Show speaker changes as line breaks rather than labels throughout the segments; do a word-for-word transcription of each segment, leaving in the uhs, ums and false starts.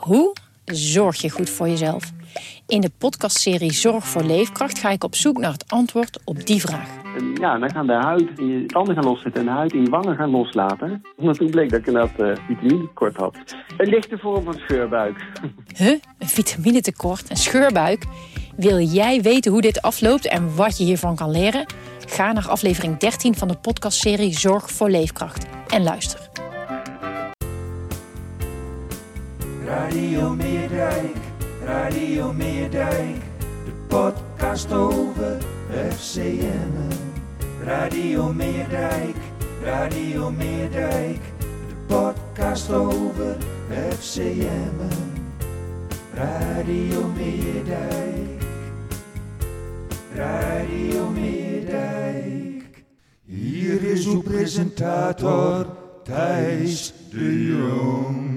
Hoe zorg je goed voor jezelf? In de podcastserie Zorg voor Leefkracht ga ik op zoek naar het antwoord op die vraag.
En ja, dan gaan de huid in je tanden gaan loszetten en de huid in je wangen gaan loslaten. Omdat toen bleek dat ik inderdaad uh, vitaminetekort had. Een lichte vorm van scheurbuik.
Huh? Een vitaminetekort? Een scheurbuik? Wil jij weten hoe dit afloopt en wat je hiervan kan leren? Ga naar aflevering dertien van de podcastserie Zorg voor Leefkracht en luister.
Radio Meerdijk, Radio Meerdijk, de podcast over F C M. Radio Meerdijk, Radio Meerdijk, de podcast over F C M. Radio Meerdijk, Radio Meerdijk. Hier is uw presentator Thijs de Jong.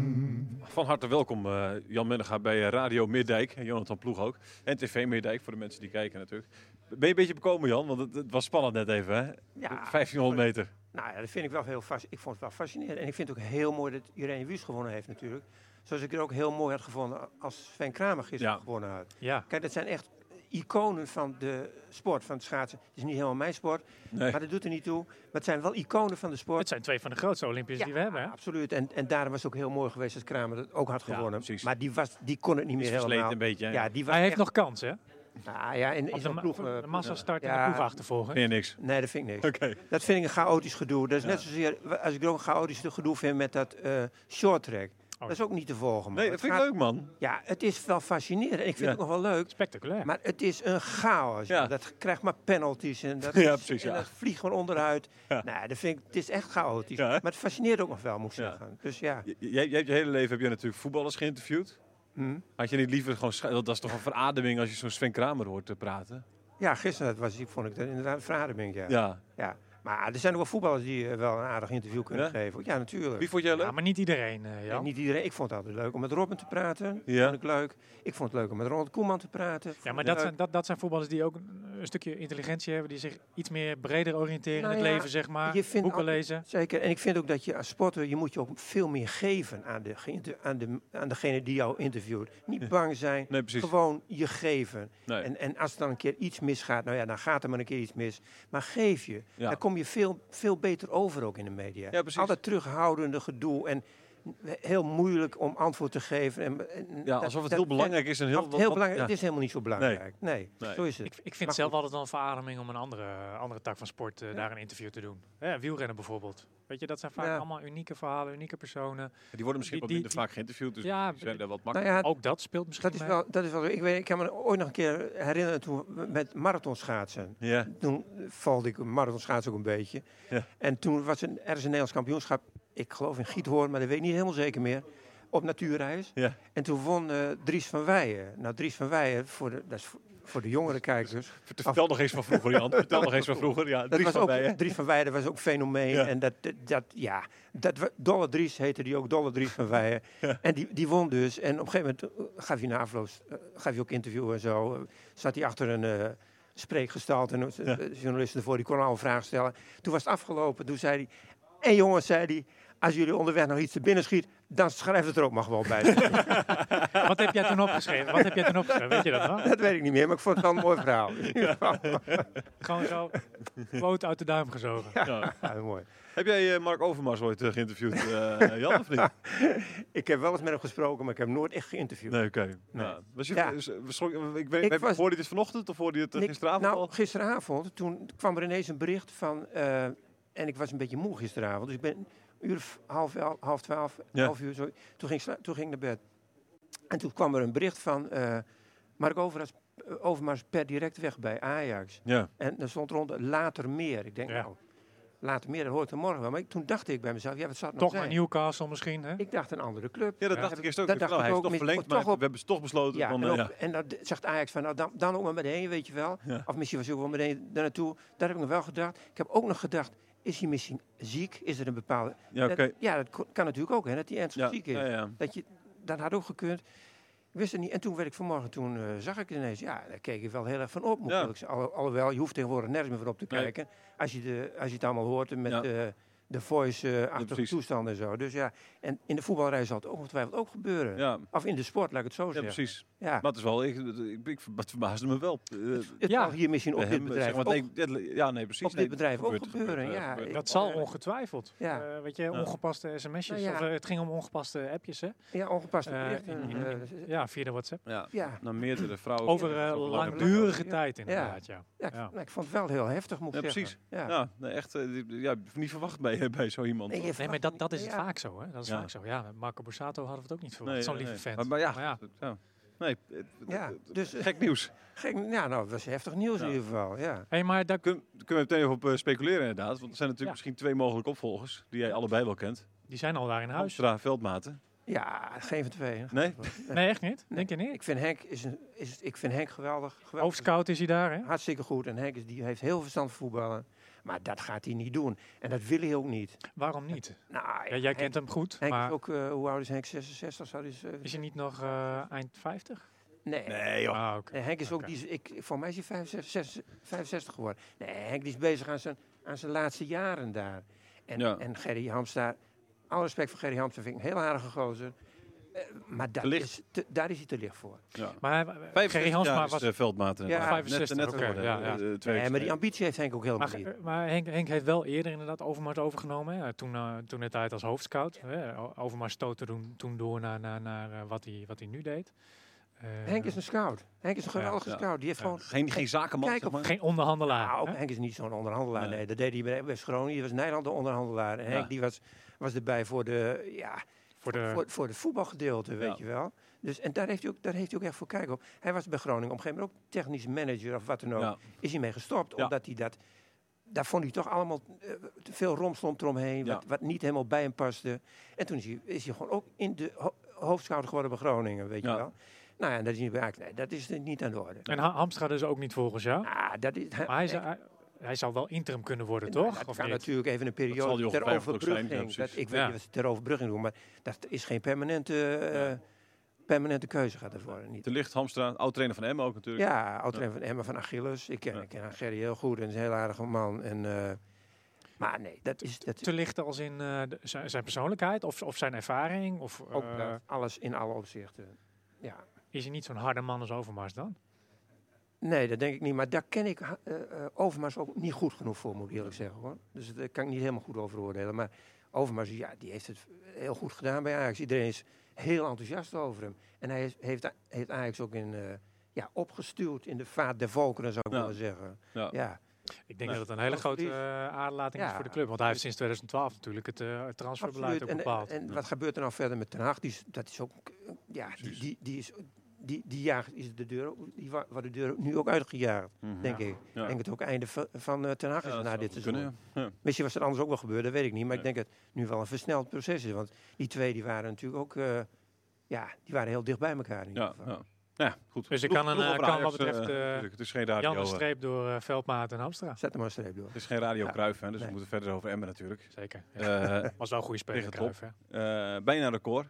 Van harte welkom uh, Jan Mennega bij Radio Meerdijk en Jonathan Ploeg ook. En T V Meerdijk voor de mensen die kijken natuurlijk. Ben je een beetje bekomen, Jan? Want het, het was spannend net even, hè?
Ja,
vijftienhonderd meter.
Nou ja, dat vind ik wel heel fascinerend. Ik vond het wel fascinerend. En ik vind het ook heel mooi dat Irene Wüst gewonnen heeft natuurlijk. Zoals ik het ook heel mooi had gevonden als Sven Kramer gisteren
Ja.
gewonnen had.
Ja.
Kijk, dat zijn echt iconen van de sport, van het schaatsen. Het is niet helemaal mijn sport,
Nee.
maar dat doet er niet toe. Maar het zijn wel iconen van de sport.
Het zijn twee van de grootste Olympiërs die we hebben. Hè?
Absoluut. En, en daarom was het ook heel mooi geweest als Kramer het ook had
Ja,
gewonnen.
precies.
Maar die, was, die kon het niet
Is
meer
versleten
helemaal.
een beetje, hè?
Ja, die was
Hij heeft
echt,
nog kans, hè?
Nou ja, in, in
Op de,
zo'n
ma-
ploeg,
voor
eh,
de massastart en
ja,
de ploeg achtervolgen.
Vind je niks?
Nee, dat vind ik niks.
Oké.
Dat vind ik een chaotisch gedoe. Dat is
Ja.
net zozeer, als ik er ook een chaotisch gedoe vind met dat uh, short track.
Oh.
Dat is ook niet te volgen. Man.
Nee, dat
Het
vind ik
gaat-
leuk, man.
Ja, het is wel fascinerend. En ik vind
Ja.
het ook nog wel leuk.
Spectaculair.
Maar het is een chaos.
Ja.
Ja. Dat krijgt maar penalties. En dat,
Ja,
is-
precies,
en
ja.
dat vliegt gewoon onderuit.
Ja.
Nou, dat vind ik, het is echt chaotisch.
Ja, hè?
Maar het fascineert ook nog wel, moet ik
Ja.
zeggen. Dus ja.
J- Jij, jij hebt je hele leven heb je natuurlijk voetballers geïnterviewd.
Hm.
Had je niet liever gewoon... scha- Dat is toch een verademing als je zo'n Sven Kramer hoort uh, praten?
Ja, gisteren was, ik, vond ik dat inderdaad een verademing. Ja.
Ja.
Ja. Maar er zijn ook wel voetballers die uh, wel een aardig interview kunnen
Ja?
geven. Ja, natuurlijk.
Wie vond jij leuk?
Ja, maar niet iedereen, uh,
Nee,
Jan.
niet iedereen. Ik vond het altijd leuk om met Robin te praten.
Ja.
Vond ik leuk. Ik vond het leuk om met Ronald Koeman te praten. Vond
Ja, maar
ik
dat
leuk.
zijn, dat, dat zijn voetballers die ook een, een stukje intelligentie hebben. Die zich iets meer breder oriënteren
Nou
in het
ja,
leven, zeg maar.
je vindt
Boeken
al-
lezen.
Zeker. En ik vind ook dat je als sporter, je moet je ook veel meer geven aan, de, geïnter- aan, de, aan degene die jou interviewt. Niet bang zijn,
Nee, precies.
gewoon je geven.
Nee.
En, en als er dan een keer iets misgaat, nou ja, dan gaat er maar een keer iets mis. Maar geef je.
Ja.
Dan kom je veel, veel beter over ook in de media.
Ja, precies.
Altijd terughoudende gedoe en heel moeilijk om antwoord te geven. En, en
Ja,
dat-
alsof het
dat-
heel belangrijk is. En heel,
Of het
wat-
heel
wat-
belangrijk.
ja.
Het is helemaal niet zo belangrijk. Nee,
Nee.
zo is het.
Ik, ik vind
Maar
het zelf
goed.
altijd wel een verademing om een andere, andere tak van sport uh, daar een interview te doen. Ja, wielrennen bijvoorbeeld. Weet je, dat zijn vaak
Ja.
allemaal unieke verhalen, unieke personen.
Die worden misschien
Die-
wat minder
die-
vaak geïnterviewd. Dus
Ja,
die zijn daar wat
Nou
makkelijker.
ja,
Ook dat speelt misschien
dat is
mee.
wel, dat is wel. Ik weet, ik kan me ooit nog een keer herinneren toen we met marathonschaatsen.
Ja.
Toen valde ik marathonschaatsen ook een beetje.
Ja.
En toen was er, er is een Nederlands kampioenschap, ik geloof in Giethoorn, maar dat weet ik niet helemaal zeker meer, op natuurreis.
Ja.
En toen won uh, Dries van Weijen. Nou, Dries van Weijen, voor de, dat is voor, voor de jongere kijkers.
Vertel nog eens van vroeger, Jan. Vertel nog eens van vroeger. Ja,
Dat
Dries
was
van
ook,
Weijen.
Dries van Weijen, dat was ook fenomeen.
Ja.
En dat, dat, dat ja, dat, wa- Dolle Dries heette die ook, Dolle Dries van Weijen.
Ja.
En die, die won dus. En op een gegeven moment uh, gaf hij na afloop, uh, gaf hij ook interview en zo. Uh, zat hij achter een uh, spreekgestalte en uh,
Ja.
de journalisten ervoor, die konden al een vraag stellen. Toen was het afgelopen, toen zei hij, en jongens, zei hij, als jullie onderweg nog iets te binnen schiet, dan schrijf het er ook maar gewoon bij.
Wat heb jij toen opgeschreven? Wat heb jij toen opgeschreven? Weet je dat nog?
Dat weet ik niet meer, maar ik vond het wel een mooi verhaal.
Gewoon zo, quote uit de duim gezogen.
Ja.
Ja, mooi.
Heb jij uh, Mark Overmars ooit uh, geïnterviewd, uh, Jan, of niet?
Ik heb wel eens met hem gesproken, maar ik heb hem nooit echt geïnterviewd.
Nee, oké. Okay.
Nee.
Nou, was je,
Ja.
is- we schrok- ik weet,
Ik
heb-
was-
hoorde je dit vanochtend of hoorde je het uh,
Ik-
gisteravond
nou,
al?
gisteravond, toen kwam er ineens een bericht van, uh, en ik was een beetje moe gisteravond, dus ik ben een uur of half, el- half twaalf,
Ja.
half uur zo, toen ging, ik sla- toen ging ik naar bed. En toen kwam er een bericht van uh, Mark Overmars, Overmars per direct weg bij Ajax.
Ja.
En er stond rond later meer. Ik denk,
Ja.
nou, later meer, dat hoor ik er morgen wel. Maar ik, toen dacht ik bij mezelf, ja, wat zou het
Toch
nog
naar
zijn?
Newcastle misschien, hè?
Ik dacht een andere club.
Ja, dat
Ja.
dacht ik eerst ook.
Dat
Ik
dacht
dacht, nou,
ik
hij is
ook,
toch
maar
verlengd, maar
toch op-
we hebben toch besloten.
Ja,
van,
en,
uh,
op- en dan d- zegt Ajax van, nou, dan, dan ook maar meteen, weet je wel.
Ja.
Of misschien was hij ook wel meteen daar naartoe. Daar heb ik nog wel gedacht. Ik heb ook nog gedacht, is hij misschien ziek? Is er een bepaalde...
ja, oké.
Dat, ja, dat ko- kan natuurlijk ook, hè, dat hij ernstig
Ja,
ziek is.
ja, ja.
Dat, je, dat had ook gekund. Ik wist het niet. En toen werd ik vanmorgen, toen uh, zag ik het ineens. Ja, daar keek ik wel heel erg van op. Moet
Ja.
ik zeggen. Alho- alhoewel, je hoeft tegenwoordig nergens meer van op te
Nee.
kijken. Als je, de, als je het allemaal hoort met,
Ja.
uh, de voice-achtige
precies.
toestand en zo. Dus ja, en in de voetbalrij zal het ongetwijfeld ook gebeuren.
Ja,
Of in de sport, laat ik het zo
ja,
zeggen.
precies.
Ja,
Maar het is wel, ik, ik, ik, het verbaasde me wel. Uh,
het
Ja.
zal hier misschien op
bij
dit
hem,
bedrijf
zeg maar,
ook,
nee, dit- ja, nee, precies.
op dit
Nee,
bedrijf ook
gebeurt,
gebeuren.
gebeurt,
Ja,
gebeurt.
ik-
Dat zal
eh,
ongetwijfeld.
Ja.
Eh, weet je,
Ja.
ongepaste sms'jes.
Nou ja.
Of, eh, het ging om ongepaste appjes, hè?
ja, ongepaste
Eh,
berichten.
in-
eh,
Ja, via de WhatsApp.
Ja,
ja.
naar meerdere vrouwen.
Over
Ja,
eh,
over
langdurige
Ja.
tijd inderdaad, ja.
Ja, ik,
Ja.
nou, ik vond het wel heel heftig, moet ik
Ja,
zeggen.
precies.
Ja.
Ja, nee, echt, uh, ja, niet verwacht bij, bij zo iemand.
Nee, je
Nee, maar
verwacht
dat,
niet-
dat is het
ja.
vaak zo, hè? Dat is
Ja.
vaak zo. Ja, met Marco Borsato hadden we het ook niet verwacht.
Nee,
Zo'n
nee,
lieve
nee.
vent.
Maar, maar ja,
Maar ja.
ja. Nee, het-
Ja,
het-
dus-
gek nieuws.
Gek, ja, nou, dat was heftig nieuws
Ja.
in ieder geval. Ja.
Hey, maar daar,
Kun, kunnen we meteen even op uh, speculeren inderdaad. Want er zijn natuurlijk
Ja.
misschien twee mogelijke opvolgers. Die jij allebei wel kent.
die zijn al daar in huis.
Hamstra, Veldmaten.
ja, geen van twee. hè.
Nee?
Nee, echt niet? Denk je
Ik
niet?
vind Henk, is een, is, ik vind Henk geweldig. geweldig.
Hoofdscout is hij daar, hè?
Hartstikke goed. En Henk is, die heeft heel veel verstand van voetballen. Maar dat gaat hij niet doen. En dat wil hij ook niet.
Waarom niet?
Nou,
Ja, jij
Henk,
kent hem goed,
Henk
maar
is ook, uh, hoe oud is Henk? zesenzestig? Zou die, uh,
is hij niet nog uh, eind vijftig?
nee.
Nee joh.
Ah, oké.
Nee, Henk is ook,
Oké.
die is, ik, voor mij is hij vijfenzestig, vijfenzestig geworden. Nee, Henk die is bezig aan zijn, aan zijn laatste jaren daar. En,
Ja.
en Gerry Hamstra, alle respect voor Gerry Hamstra, vind ik een heel aardige gozer. Uh, maar dat
Te licht.
is te, daar is hij te licht voor.
Ja.
Maar
vijfenzestig
Gerry Hansma
jaar is,
was...
uh, Veldmaten.
Ja,
inderdaad.
vijfenzestig,
Net, net
oké,
geworden,
ja, ja.
uh, twee
Nee,
weken
maar die
geleden.
ambitie heeft Henk ook helemaal
Maar,
niet.
maar Henk, Henk heeft wel eerder inderdaad Overmars overgenomen. Hè? Toen, uh, toen de tijd als hoofdscout. Hè? O- Overmars stootte toen, toen door naar, naar, naar uh, wat, hij, wat hij nu deed. Uh,
Henk is een scout. Henk is een geweldige
ja.
scout. Die heeft
Ja.
gewoon...
Geen, geen zakenman,
Kijk
zeg
op-
maar.
geen onderhandelaar.
Nou,
hè?
Henk is niet zo'n onderhandelaar.
Nee.
Nee. dat deed hij bij West Groningen. Die was Nederland de onderhandelaar. En
Ja.
Henk die was, was erbij voor, de, ja,
Voor de,
voor, voor het voetbalgedeelte, weet
Ja.
je wel. Dus, en daar heeft, hij ook, daar heeft hij ook echt voor kijk op. Hij was bij Groningen op een gegeven moment ook technisch manager of wat dan ook.
Ja.
Is hij mee gestopt,
Ja.
omdat hij dat... Daar vond hij toch allemaal uh, te veel romslomp eromheen,
Ja.
wat, wat niet helemaal bij hem paste. En toen is hij, is hij gewoon ook in de ho hoofdscout geworden bij Groningen, weet
Ja.
je wel. Nou ja, en dat is, niet, bij- nee, dat is niet aan de orde.
en Ha- Hamstra dus ook niet volgens jou.
Ah, dat is,
Maar hij, zou- hij, hij zal wel interim kunnen worden,
Nou,
toch?
dat
Of
kan
niet?
natuurlijk even een
zal die
periode ter
ongetwijfeld ook zijn, ja,
overbrugging.
precies.
dat, ik weet
Ja.
niet wat ze ter overbrugging doen, maar dat is geen permanente, uh, permanente keuze gaat het worden. Niet.
De Licht, Hamstra, oud-trainer van Emmen ook natuurlijk.
Ja, oud-trainer van Emma van Achilles. Ik ken,
Ja.
ik ken Gerry heel goed en is een heel aardige man. En, uh, maar nee, dat is... Dat,
Te lichten als in uh, de, zijn, zijn persoonlijkheid of, of zijn ervaring? Of
ook
uh,
dat, alles in alle opzichten. Ja.
is hij niet zo'n harde man als Overmars dan?
Nee, dat denk ik niet. Maar daar ken ik uh, uh, Overmars ook niet goed genoeg voor, moet ik eerlijk zeggen. Hoor. Dus daar kan ik niet helemaal goed over oordelen. Maar Overmars, ja, die heeft het heel goed gedaan bij Ajax. Iedereen is heel enthousiast over hem. En hij heeft, heeft Ajax ook in, uh, ja, opgestuurd in de vaart der volkeren, zou ik
Ja.
willen zeggen.
Ja.
Ja,
Ik denk
Nee.
dat het een hele
Als
grote
verlies.
uh, aderlating is
Ja.
voor de club. Want hij heeft sinds twintig twaalf natuurlijk het, uh, het transferbeleid
absoluut.
ook
En,
bepaald.
en, en wat gebeurt er nou verder met Ten Hag? Die is, dat is ook, uh, ja, die,
Precies.
die, die is... Die, die jaagt is de deur, die wa- wordt de deur nu ook uitgejaagd,
Mhm.
denk ik.
Ja.
Ik denk dat het ook einde van, van uh, Ten Hag is
Ja, dat
na
zou
dit
goed
seizoen.
kunnen, ja. Ja.
Misschien was het anders ook wel gebeurd, dat weet ik niet. Maar
Nee.
ik denk dat het nu wel een versneld proces is. Want die twee die waren natuurlijk ook... Uh, ja, die waren heel dicht bij elkaar in ieder
Ja,
geval.
ja. Ja, goed.
Dus je
Genoeg-
kan, een,
genoeg
uh,
over
kan wat
Ajax,
betreft
eh,
uh,
natuurlijk. Het is geen radio.
Jan de
eh,
streep door uh, Veldmaat en Hamstra.
Zet er maar een streep door.
Het is geen radio
Ja.
Cruijff, hè, dus
Nee.
we moeten verder over Emmen natuurlijk.
Zeker. Ja.
Eh,
Was wel een goede speler,
Tegen het
Cruijff, hè?
eh, bijna record.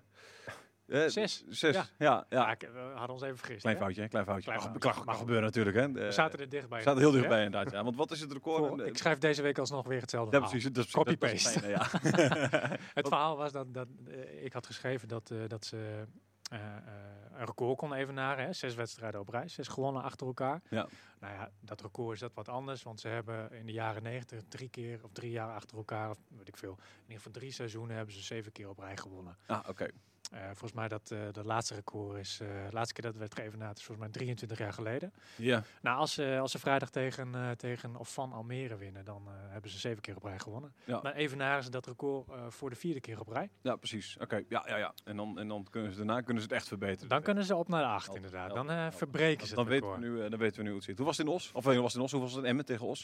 Eh,
Zes.
Zes,
Ja.
ja. ja,
Ja, ik, we hadden ons even vergist.
Klein
hè?
foutje, hè, klein foutje.
Klein
Mag,
foutje.
mag, mag gebeuren natuurlijk, hè.
We
Eh,
zaten er dichtbij.
we zaten heel dichtbij
Ja?
inderdaad, ja. Want wat is het record?
Voor-
Eh,
ik schrijf deze week alsnog weer hetzelfde
ja,
verhaal.
precies. Dat is,
Copy-paste.
dat was het fijne, ja.
Het verhaal was dat, dat uh, ik had geschreven dat, uh, dat ze uh, uh, een record kon evenaren. Hè? Zes wedstrijden op rij, zes gewonnen achter elkaar.
Ja.
Nou ja, dat record is dat wat anders, want ze hebben in de jaren negentig drie keer of drie jaar achter elkaar, of weet ik veel, in ieder geval drie seizoenen hebben ze zeven keer op rij gewonnen.
Ah, oké.
Uh, volgens mij dat uh, de laatste record is, uh, de laatste keer dat werd geëvenaard is volgens mij drieëntwintig jaar geleden.
Ja.
Nou, als ze, als ze vrijdag tegen, uh, tegen of van Almere winnen, dan uh, hebben ze zeven keer op rij gewonnen.
Ja.
Dan evenaren ze dat record uh, voor de vierde keer op rij.
Ja, precies. Oké, ja, ja, ja. En dan, en dan kunnen ze daarna kunnen ze het echt verbeteren.
Dan kunnen ze op naar de acht,
Help,
inderdaad.
help,
Dan uh,
help.
verbreken ze
dan,
het
weten
record.
we nu, uh, dan weten we nu hoe het zit. Hoe was het in Os? Of uh, was het in Os? Hoe was het in Emmen tegen Os?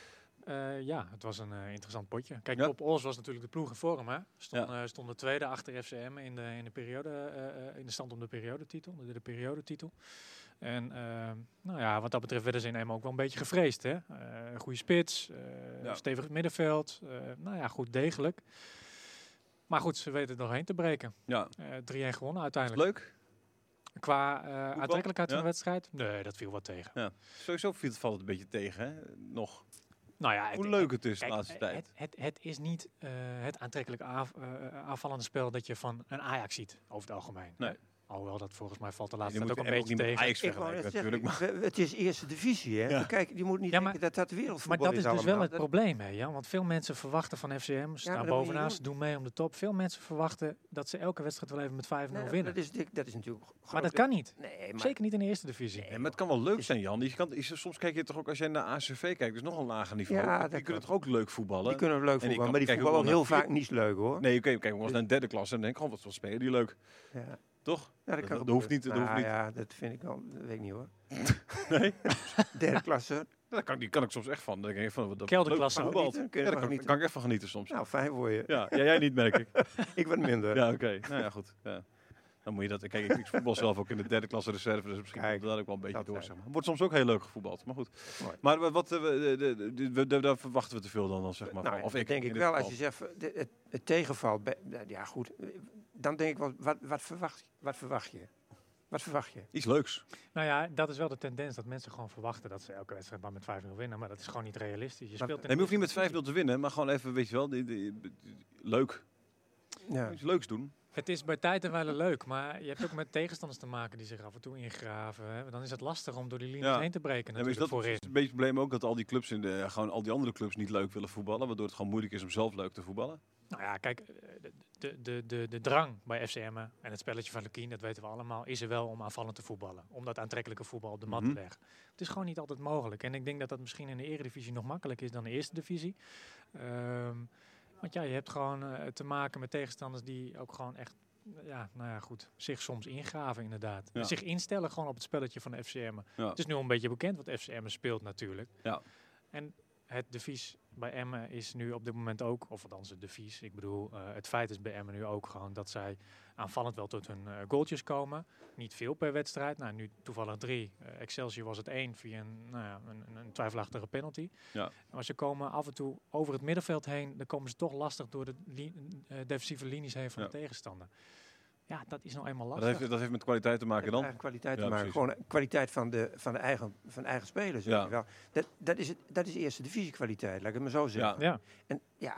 Uh, ja, het was een uh, interessant potje. Kijk,
Ja.
op Os was natuurlijk de ploeg in vorm. Hè? Stond,
Ja.
uh, stonden tweede achter F C M in de, in de, periode, uh, uh, in de stand om de periodetitel. De, de periodetitel. En uh, nou ja, wat dat betreft werden ze in Emmen ook wel een beetje gevreesd. Hè? Uh, goede spits, uh,
Ja.
stevig middenveld. Uh, nou ja, goed degelijk. Maar goed, ze weten het nog heen te breken.
Ja.
Uh, drie-een gewonnen
Was het
uiteindelijk.
leuk?
Qua uh, aantrekkelijkheid van
Ja.
de wedstrijd? Nee, dat viel wat tegen.
Ja. Sowieso viel het, valt het een beetje tegen, hè? Nog.
Nou ja,
hoe
het,
leuk het is
kijk,
de laatste
het,
tijd.
Het, het is niet uh, het aantrekkelijke af, uh, aanvallende spel dat je van een Ajax ziet, over het algemeen.
Nee.
Alhoewel, dat volgens mij valt de laatste
Je
tijd
moet
ook een
hem
beetje
ook niet
tegen.
met Ajax
Ik wou
vergelijken
net
natuurlijk.
zeggen,
Maar,
we- het is eerste divisie, hè?
Ja.
Kijk, je moet niet
Ja, maar-
denken dat dat wereldvoetbal
Maar dat is dus
allemaal.
wel het
Dat-
probleem, hè, Jan? Want veel mensen verwachten van F C M, ze
Ja,
staan
maar dat moet je
bovenaan,
doen.
ze doen mee om de top. Veel mensen verwachten dat ze elke wedstrijd wel even met vijf nul
Nee,
winnen.
dat, is, dik- dat is natuurlijk...
Maar
groot-
dat kan niet.
Nee, maar...
Zeker niet in de eerste divisie.
nee, maar het kan wel leuk zijn, Jan. Je kan, is- soms kijk je toch ook als jij naar A C V kijkt, dus nog een lager niveau.
Ja,
die
dat
kunnen
kan.
toch ook leuk voetballen?
Die kunnen leuk
En ik
voetballen,
kan-
maar die
kijk ook
voetballen
wel
ook heel
naar
vaak niet leuk, hoor.
Nee, oké, kijk, we was naar een derde klas en denk ik, oh, wat, wat spelen die leuk.
Ja.
Toch?
Ja, dat, kan
dat hoeft niet.
gebeuren.
Dat hoeft
Nou
niet.
ja, dat vind ik wel, dat weet ik niet, hoor.
Nee?
Derde klasse.
Daar kan, die kan ik soms echt van. Dan denk ik van wat dat
Kelderklasse
leuk
ook
voetbalt.
niet, kun je
Ja,
ervan
daar kan,
genieten.
kan ik echt van genieten soms.
Nou, fijn voor je.
Ja, ja, jij niet, merk ik.
Ik wat minder.
Ja, oké. Nou ja, goed. Ja. Dan moet je dat... Kijk, ik, ik voetbal zelf ook in de derde klasse reserve, dus misschien
Kijk,
komt dat ook wel een beetje
dat
door,
fijn.
zeg maar. Wordt soms ook heel leuk gevoetbald, maar goed.
Mooi.
Maar we- wat, eh, we, de, de, de, de, daar verwachten we te veel dan, dan zeg maar.
Nou,
van. Of
dat
ik,
denk
in
ik
dit
wel. Als
geval.
je zegt, de- het, het tegenvalt, bij- ja goed, dan denk ik wel, wat, wat, verwacht, wat verwacht je? Wat verwacht je?
Iets leuks.
Nou ja, dat is wel de tendens dat mensen gewoon verwachten dat ze elke wedstrijd maar met vijf nul winnen. Maar dat is gewoon niet realistisch. Je
Maar-
speelt in
Nee, je hoeft
de
niet met vijf nul te winnen, maar gewoon even, weet je wel, die, die, die- leuk.
Ja.
Iets leuks doen.
Het is bij tijd en wijle leuk, maar je hebt ook met tegenstanders te maken die zich af en toe ingraven. Hè. Dan is het lastig om door die linies
Ja.
heen te breken
Ja, maar is
natuurlijk
dat
voorin.
is een beetje het probleem ook dat al die clubs in de, gewoon al die andere clubs niet leuk willen voetballen, waardoor het gewoon moeilijk is om zelf leuk te voetballen.
Nou ja, kijk, de, de, de, de, de drang bij F C M en het spelletje van Lukien, dat weten we allemaal, is er wel om aanvallend te voetballen. Om dat aantrekkelijke voetbal op de mat
Mhm.
te leggen. Het is gewoon niet altijd mogelijk. En ik denk dat dat misschien in de Eredivisie nog makkelijker is dan de Eerste Divisie. Ehm, want ja, je hebt gewoon eh, te maken met tegenstanders die ook gewoon echt, ja, nou ja, goed, zich soms ingraven inderdaad.
Ja.
Zich instellen gewoon op het spelletje van de F C M.
Ja.
Het is nu al een beetje bekend wat F C M speelt natuurlijk.
Ja.
En het devies bij Emmen is nu op dit moment ook, of althans het devies, ik bedoel, uh, het feit is bij Emmen nu ook gewoon dat zij aanvallend wel tot hun uh, goaltjes komen. Niet veel per wedstrijd. Nou, nu toevallig drie. Uh, Excelsior was het één via een, nou ja, een, een, een twijfelachtige penalty.
Ja.
Maar ze komen af en toe over het middenveld heen, dan komen ze toch lastig door de li- uh, defensieve linies heen van
Ja.
de tegenstander. Ja, dat is nou eenmaal
Maar
lastig.
dat, heeft, dat heeft met kwaliteit te maken dan?
Eigen kwaliteit
Ja,
te maken.
precies.
Gewoon kwaliteit van de, van de eigen, van eigen spelers. weet
Ja.
je wel. Dat, dat, is het, dat is eerste divisie kwaliteit, laat ik het maar zo zeggen.
Ja.
En ja,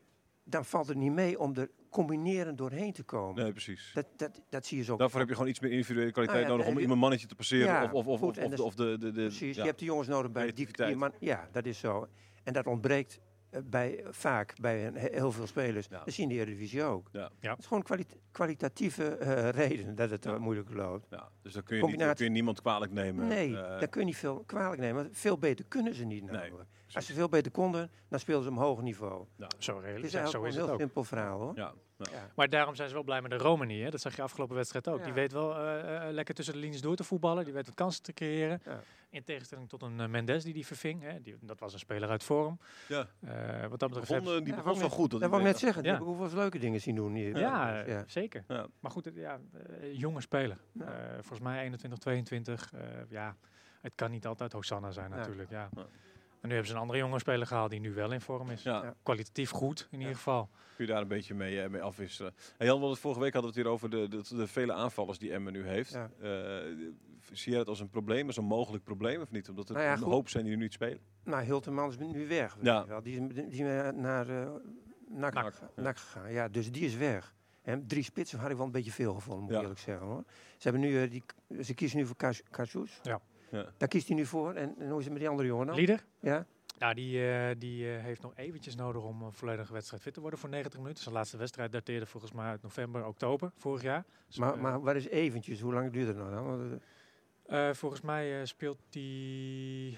dan valt het niet mee om er combinerend doorheen te komen.
Nee, precies.
Dat, dat, dat zie je zo.
Daarvoor heb je gewoon iets meer individuele kwaliteit
Nou ja,
nodig om
dan heb
om
je-
een mannetje te passeren.
Ja,
of, of, of,
goed,
of,
en
of,
dat
de,
is-
of de, de, de,
Precies,
ja.
je hebt de jongens nodig bij die,
Creativiteit.
die man. Ja, dat is zo. En dat ontbreekt eh, bij, vaak bij een, he- heel veel spelers.
Ja.
Dat zien de Eredivisie ook.
Ja.
Ja.
Het is gewoon kwali- kwalitatieve eh, reden dat het
Ja.
uh, moeilijk loopt.
Ja, dus dan kun je, niet, dan
Combinatie-
kun je niemand kwalijk nemen.
Nee,
Eh,
daar kun je niet veel kwalijk nemen. Want veel beter kunnen ze niet.
Nee,
namelijk. Als ze veel beter konden, dan speelden ze op een hoger niveau.
Zo
Het
reëel
is
ja,
eigenlijk
zo
een
is het
heel
ook.
simpel verhaal, hoor.
ja, ja.
Ja.
Maar daarom zijn ze wel blij met de Romani. Hè? Dat zag je afgelopen wedstrijd ook.
Ja.
Die weet wel uh, uh, lekker tussen de linies door te voetballen. Die weet wat kansen te creëren.
Ja.
In tegenstelling tot een uh, Mendes die die verving. Hè? Die, dat was een speler uit vorm.
Ja.
Uh, wat dat betreft...
Begon,
hebben ze-
eh, die
Ja,
begon
wou
wel
net-
goed.
Dat
die
wou ik net
weet-
zeggen. Die
Ja.
heb ik hoeveel leuke dingen zien doen hier.
ja,
Dus, ja.
zeker.
Ja.
Maar goed, het- ja, uh, jonge speler.
Ja.
Uh, volgens mij eenentwintig, tweeëntwintig. Uh, ja, het kan niet altijd Hosanna zijn
Ja.
natuurlijk. Ja.
Ja.
En nu hebben ze een andere jonge speler gehaald die nu wel in vorm is.
Ja.
Ja.
Kwalitatief goed in ieder geval.
Kun je daar een beetje mee, eh, mee afwisselen. Hey Jan, want vorige week hadden we het hier over de, de, de vele aanvallers die Emmen nu heeft.
Ja.
Eh, zie je het als een probleem, als een mogelijk probleem of niet? Omdat er
Nou ja,
een
goed.
hoop zijn die nu niet spelen.
Nou, Hilterman is nu weg. weet
Ja.
je wel. Die is, die is naar, naar uh, NAC,
NAC,
NAC gegaan. Ja, dus die is weg. En drie spitsen had ik wel een beetje veel gevonden, moet ik
Ja.
eerlijk zeggen, hoor. Ze, hebben nu, uh, die, ze kiezen nu voor Cassius.
Ja.
Ja.
Daar kiest hij nu voor. En, en hoe is het met die andere jongen dan?
Lieder?
Ja?
Nou, die, uh, die uh, heeft nog eventjes nodig om een volledige wedstrijd fit te worden voor negentig minuten. Zijn laatste wedstrijd dateerde volgens mij uit november, oktober vorig jaar. Dus,
Maar,
uh,
maar wat is eventjes? Hoe lang duurt het nou dan? Want, uh,
uh, volgens mij uh, speelt die...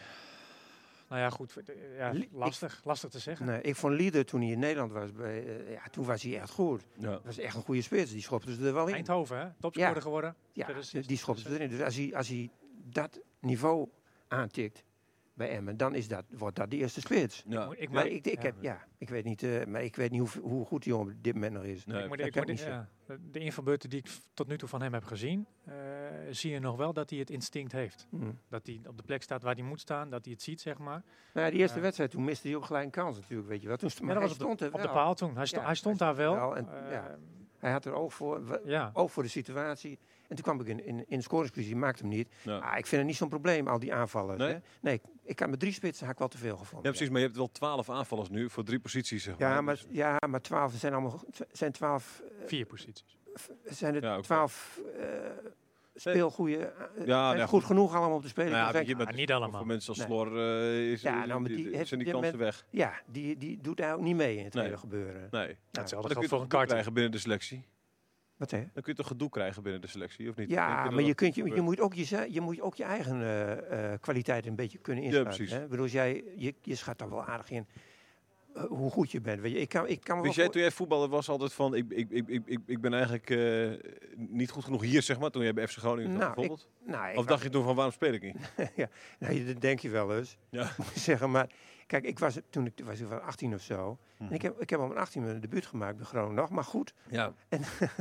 Nou ja, goed. Uh, ja,
Li-
lastig, lastig te zeggen.
nee, ik vond Lieder toen hij in Nederland was, bij, uh, ja, toen was hij echt goed.
Ja.
Dat was echt een goede spits. Die schopte ze er wel in.
Eindhoven, hè? Topscorer
Ja.
geworden.
Ja,
tweeduizend
die schopte ze erin. Dus als hij, als hij dat niveau aantikt bij Emmen, dan is dat, wordt dat de eerste spits.
Ja.
Ik,
Maar
moet-
ik, ik,
ja.
heb, ja, ik weet niet, uh, maar ik weet niet hoe, hoe goed die jongen op dit moment nog is.
Nee.
Ik moet,
dat
ik
kan
moet,
ik niet
ja, de- de invalbeurten die ik f- tot nu toe van hem heb gezien, uh, zie je nog wel dat hij het instinct heeft.
Hm.
Dat hij op de plek staat waar hij moet staan, dat hij het ziet, zeg maar.
Nou ja, die eerste
Ja.
wedstrijd, toen miste hij ook gelijk een kans natuurlijk, weet je wel. Toen st-
Ja,
maar
dat
hij
was op de,
stond er
op de
wel.
paal toen. Hij, sto-
Ja,
hij stond
hij
daar wel.
wel en-
Uh,
ja. Hij had er oog voor, w-
Ja.
oog voor de situatie. En toen kwam ik in, in, in de scoringspositie, maakte hem niet.
Ja.
Ah, ik vind het niet zo'n probleem, al die aanvallers.
Nee?
Hè? Nee, ik, ik kan met drie spitsen, had ik wel te veel gevonden.
Ja, precies. Maar je hebt wel twaalf aanvallers nu voor drie posities, zeg
Ja,
maar.
maar,
Dus-
ja, maar twaalf zijn allemaal zijn twaalf, eh,
Vier posities.
zijn er
Ja, oké.
twaalf uh, speelgoeie. Uh,
Ja,
zijn
nou,
goed
goed.
genoeg allemaal om te spelen.
Nou ja,
Ik wil
weet je,
zeggen,
met,
niet allemaal.
Voor mensen als
Nee.
Slor eh, is,
Ja, nou, maar die
die,
heeft-
zijn die
die
kansen weg.
ja, die, die doet daar ook niet mee in het
Nee.
hele gebeuren.
Nee.
Nou,
Nou,
hetzelfde
Dan kun
geldt
je
voor
toch
een
gedoe
kaart.
krijgen binnen de selectie.
Wat hè?
Dan kun je toch gedoe krijgen binnen de selectie, of niet? Denk
Ja,
dat
maar je,
dat
kunt, je, je,
gebeurt?
moet ook je, ze- je moet ook je eigen uh, uh, kwaliteit een beetje kunnen
Ja,
inschatten.
precies.
Hè? Ik bedoel, als jij, je, je schat er wel aardig in uh, hoe goed je bent. Weet je, ik kan, ik kan me
Wist
wel
jij toen jij voetballer was altijd van, ik, ik, ik, ik, ik, ik ben eigenlijk uh, niet goed genoeg hier, zeg maar, toen jij bij F C Groningen zat,
Nou,
bijvoorbeeld?
voor, nou, ik
Of dacht je toen van, waarom speel ik niet?
ja, nou, dat denk je wel eens.
Ja.
Moet je zeggen, maar kijk, ik was toen ik was ik van achttien of zo.
Hm.
En ik heb, ik heb op mijn achttien mijn debuut gemaakt bij Groningen nog, maar goed.
Ja.
En,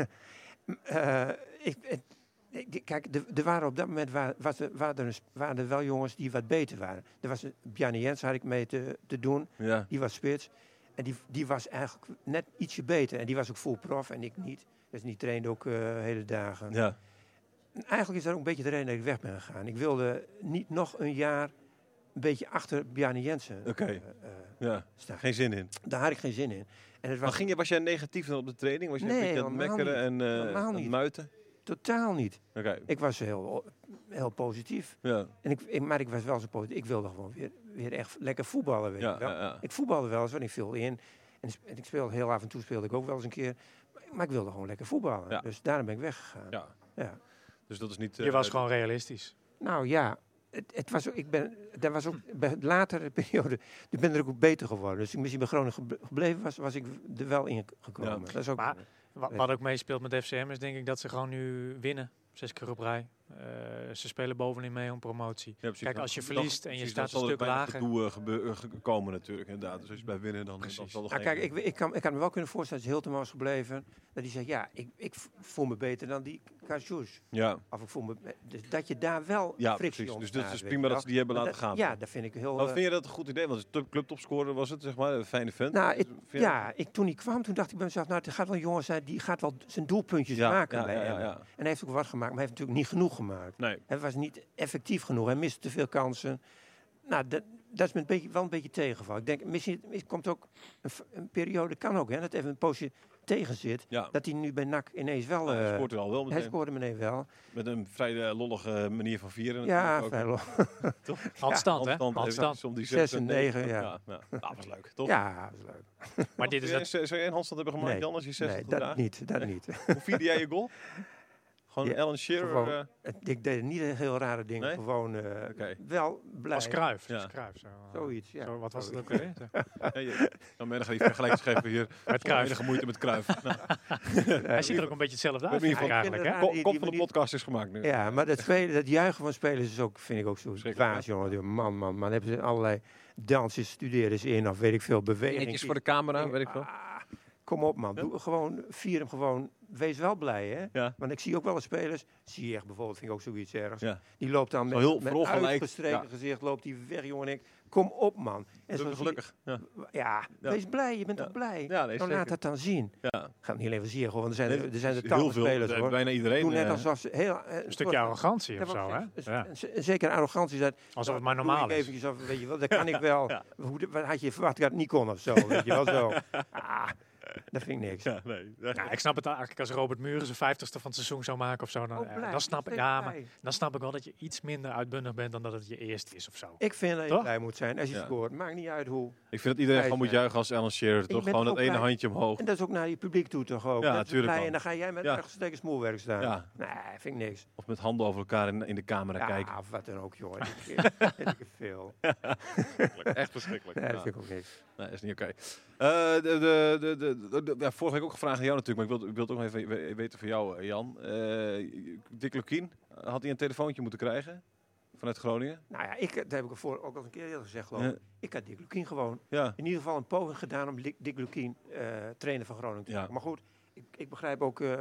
uh, ik, ik, ik, kijk, er waren op dat moment waar, was er, waren, er, waren er wel jongens die wat beter waren. Er was Bjarne Jens had ik mee te, te doen.
Ja.
Die was spits. En die, die was eigenlijk net ietsje beter. En die was ook full prof en ik niet. Dus die trainde ook uh, hele dagen.
Ja.
En eigenlijk is dat ook een beetje de reden dat ik weg ben gegaan. Ik wilde niet nog een jaar een beetje achter Bjarne Jensen
Oké. Okay.
uh, uh,
ja.
staan.
Geen zin in.
Daar had ik geen zin in. En het was
maar ging je, was jij negatief dan op de training? Was je
nee,
een beetje aan het mekkeren
niet.
en uh, aan het muiten?
Totaal niet.
Okay.
Ik was heel, heel positief.
Ja.
En ik, ik, maar ik was wel zo positief. Ik wilde gewoon weer, weer echt lekker voetballen. Weet
ja,
je wel.
Ja, ja.
Ik voetbalde wel eens, want ik viel in. En, en ik speelde heel af en toe speelde ik ook wel eens een keer. Maar, maar ik wilde gewoon lekker voetballen.
Ja.
Dus daarom ben ik weggegaan.
Ja.
Ja.
Dus dat is niet... Uh,
je was gewoon realistisch.
Nou ja, het, het was ook, ik ben, daar was ook bij de latere periode, ik ben er ook beter geworden. Dus ik misschien bij Groningen gebleven was, was ik er wel in gekomen.
Ja.
Dat is ook,
maar wat, wat ook meespeelt met F C M is denk ik dat ze gewoon nu winnen. Zes keer op rij. Uh, ze spelen bovenin mee om promotie. Ja, Kijk, als je
dan,
verliest
dan,
en je
precies,
staat een stuk lager...
Dan zal er bijna gedoe uh, komen natuurlijk, inderdaad. Dus als je bij winnen, dan, dan zal er
nou, kijk, ik, ik, kan, ik kan me wel kunnen voorstellen, als Hilton was gebleven, dat hij zegt, ja, ik, ik voel me beter dan die Cajous.
Ja.
Of ik voel me, dus dat je daar wel
ja,
frictie
precies.
ontstaat.
Dus dat is prima dat ze die hebben laten
dat,
gaan.
Ja, dat vind ik heel...
Maar vind je dat een goed idee? Want het clubtopscorer was het, zeg maar, een fijne vent.
Nou, ik,
dus,
ja, ik, toen hij kwam, toen dacht ik bij mezelf, nou, het gaat wel een jongen zijn, die gaat wel zijn doelpuntjes
ja,
maken
ja,
bij
ja,
hem.
ja, ja.
En hij heeft ook wat gemaakt, maar hij heeft natuurlijk niet genoeg gemaakt.
Nee.
Hij was niet effectief genoeg, hij miste te veel kansen. Nou, dat, dat is me een beetje, wel een beetje tegenval. Ik denk, misschien het komt ook een, een periode, kan ook, hè, dat even een poosje tegen zit.
Ja.
Dat hij nu bij N A C ineens wel...
Nou, hij
uh,
scoort er al wel meteen.
Hij scoorde meteen wel.
Met een vrij uh, lollige manier van vieren.
Ja, vrij lollig.
Handstand, hè?
Handstand.
zes en negen, ja.
Ja, ja. Dat was leuk, toch?
Ja, dat was leuk.
Maar dit is dat...
Zou je een handstand hebben gemaakt,
nee,
Jan, als je zestig
nee,
goed
dat
draagt?
niet, dat niet.
Hoe vierde jij je goal? Gewoon
Ja,
Alan Shearer?
gewoon,
uh,
ik deed niet een heel rare dingen.
Nee?
Gewoon uh,
okay.
wel blij.
Als Cruijff.
Ja.
Als Cruijff zo.
Zoiets, ja.
Zo, wat was
Zoiets.
het ook weer?
hey, je, dan ben je die vergelijking geven hier.
Met Cruijff.
Enige moeite met Cruijff. Nou.
Hij ziet er ook een beetje hetzelfde uit.
In ieder geval,
eigenlijk, hè?
Kop, kop van de podcast is gemaakt nu.
Ja, maar dat, spelen, dat juichen van spelers is ook, vind ik ook zo dwaas, jongen. Man, man, man. Hebben ze allerlei dansjes, studeren ze in of weet ik veel, bewegingen.
Eentjes voor de camera, weet ik veel.
Ah, kom op, man. Doe gewoon, vier hem gewoon. Wees wel blij, hè?
Ja.
Want ik zie ook wel eens spelers. Zie je echt bijvoorbeeld, vind ik ook zoiets ergs.
Ja.
Die loopt dan met,
heel
met uitgestreken ja. gezicht, loopt die weg, jongen. En ik, kom op, man. En
zo gelukkig.
Je,
ja.
Ja, ja, wees blij. Je bent
ja.
toch blij?
Ja, nee,
dan laat het dan zien.
Ja.
Gaat niet alleen van zien, gewoon. Er zijn,
nee,
er zijn de
heel veel
spelers, hoor.
Bijna iedereen.
Doen net
uh,
alsof ze heel... Uh,
een stukje arrogantie of zo, hè?
Ja. Zeker arrogantie. Dat,
alsof het maar normaal is.
Eventjes of, weet je wel, dat kan ik wel. ja. Hoe, wat had je verwacht dat ik het niet kon of zo, weet je wel zo. Ah, dat vind ik niks.
Ja, nee.
Ja, ik snap het eigenlijk als Robert Muren zijn vijftigste van het seizoen zou maken of zo. Dan,
blij,
dan, snap, ik, ja, maar, dan snap ik wel dat je iets minder uitbundig bent dan dat het je eerste is of zo.
Ik vind dat je
toch?
blij moet zijn als je
ja.
scoort. Maakt niet uit hoe.
Ik vind dat iedereen gewoon moet juichen als Alan Shearer. Toch gewoon dat ene blij. handje omhoog.
En dat is ook naar je publiek toe toch ook.
Ja, natuurlijk.
En dan ga jij met ja. rechtstreeks smoelwerk staan. Ja. Nee, vind ik niks.
Of met handen over elkaar in, in de camera
ja,
kijken.
Ja, of wat dan ook, joh. Ik veel.
Echt verschrikkelijk.
Nee, dat
ja.
vind ik ook niks.
Nee, is niet oké. Okay. Uh, de, de, de, de, de, de, ja, vorige week ook gevraagd aan jou natuurlijk, maar ik wil, ik wil het ook nog even weten van jou, Jan. Uh, Dick Lukien, had hij een telefoontje moeten krijgen vanuit Groningen?
Nou ja, ik, dat heb ik er voor ook al een keer eerder gezegd, geloof ik. Ja. Ik had Dick Lukien gewoon
ja.
in ieder geval een poging gedaan om Dick, Dick Lukien uh, trainer van Groningen te maken. Ja. Maar goed, ik, ik begrijp ook, uh, uh,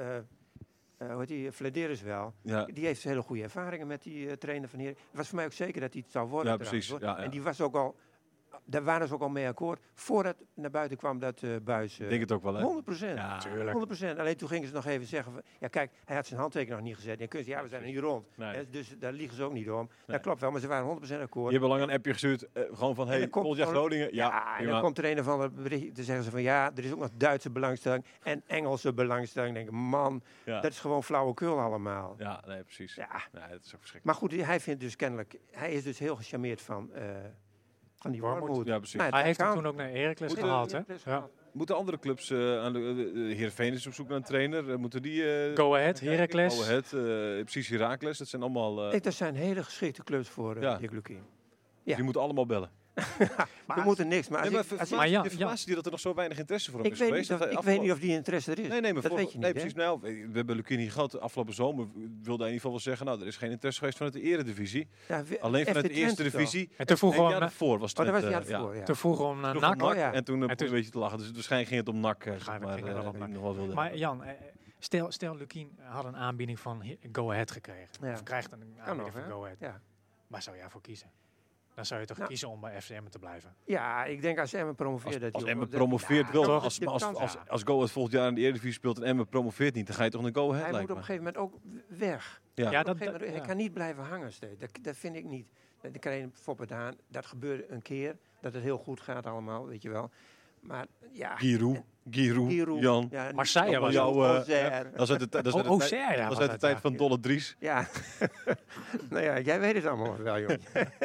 uh, hoe heet die, Flederis wel.
Ja.
Die heeft hele goede ervaringen met die uh, trainer van hier. Het was voor mij ook zeker dat hij het zou worden.
Ja,
trouwens,
precies. Ja, ja.
En die was ook al daar waren ze ook al mee akkoord. Voordat naar buiten kwam dat uh, Buijs... Uh,
Ik denk het ook wel, hè?
honderd procent.
Ja,
tuurlijk.
honderd procent. Alleen toen gingen ze nog even zeggen... Van, ja, kijk, hij had zijn handtekening nog niet gezet. En kun je zeggen, ja, we zijn er niet rond.
Nee.
Hè, dus daar liegen ze ook niet om.
Nee.
Dat klopt wel, maar ze waren honderd procent akkoord.
Je hebt al lang een appje gestuurd, uh, gewoon van,
En
hey,
dan komt
volgend jaar
gewoon-
Groningen.
Ja,
Ja,
en
prima.
dan komt er een of ander bericht. Dan zeggen ze van, ja, er is ook nog Duitse belangstelling. En Engelse belangstelling. Dan denk ik, man,
Ja.
dat is gewoon flauwekul allemaal.
Ja, nee, precies.
Ja.
Nee, dat is ook verschrikkelijk.
Maar goed, hij vindt dus kennelijk... Hij is dus heel gecharmeerd van, uh, van die
Wormoed.
Wormoed.
Ja, precies.
Nou,
Hij
dat
heeft hem
kan.
toen ook naar Heracles
Moet,
gehaald,
Ja,
hè?
Heracles
Ja.
gehaald.
Moeten andere clubs uh, aan de uh, Heerenveen is op zoek naar een trainer? Uh, moeten die... Uh,
Go Ahead, Heracles.
Go Ahead, uh, precies Heracles. Dat zijn allemaal... Uh,
Ik, dat zijn hele geschikte clubs voor uh,
Ja.
Dick Lukien. Ja.
Die moeten allemaal bellen.
We moeten niks, maar als
Nee, maar
ik,
ver-
als ik,
verbaast
Maar ja,
je- verbaast je die dat er nog zo weinig interesse voor hem
ik
is
weet
geweest?
niet of,
Dat hij
ik weet
afgelopen-
niet of die interesse er is.
Nee, nee, maar
dat
voor-
weet je
nee,
niet, hè?
precies. Nou, we hebben Lukien hier gehad. Afgelopen zomer wilde hij in ieder geval wel zeggen... nou, er is geen interesse geweest vanuit de eredivisie.
Ja, we-
Alleen vanuit
F C
de eerste
Twente
divisie.
En toen vroeg
En het
we
jaar
hem,
daarvoor was het
toch? Oh, dat was
Twente,
het jaar ervoor, ja.
toen vroegen we hem naar
Vroeg
N A
om
C.
NAC
Oh, ja.
en toen
En
en
toen-
een beetje te lachen. Dus waarschijnlijk ging het om N A C. eh, zeg
Waarschijnlijk
maar,
ging het
eh,
wel om
die
N A C.
nog wel wilde.
Maar Jan, eh, stel, stel Lukien had een aanbieding van He- Go Ahead gekregen.
Ja.
Of krijgt een
Kan
aanbieding
nog,
van
hè?
Go Ahead.
Ja.
Waar zou jij voor kiezen? Dan zou je toch
Nou.
kiezen om bij F C M te blijven?
Ja, ik denk als Emmen promoveert...
Als,
dat
als
hij
Emmen
ook- dat-
promoveert
ja,
wel,
dan
als,
heeft hij
als,
de
als,
kans.
als, als Go Ahead volgend jaar in de Eredivisie speelt en Emmen promoveert niet, dan ga je toch naar Go Ahead,
Hij moet
lijkt
op
me.
een gegeven moment ook weg.
Ja.
Ja,
Op een
dat,
gegeven moment-
ja.
Hij kan niet blijven hangen steeds. Dat, dat vind ik niet. Dan krijg je Foppert aan. Dat gebeurde een keer. Dat het heel goed gaat allemaal, weet je wel. Maar ja...
Giroud, Giroud,
Giroud,
Jan.
ja,
Marseille was
Jouw, eh,
Auxerre.
Dat is uit de, tij- dat is
Oh,
uit de,
Auxerre,
tijd-
ja,
dat is
was
uit de
dat,
tijd
ja.
van Dolle Dries.
Ja, nou ja, jij weet het allemaal wel, joh.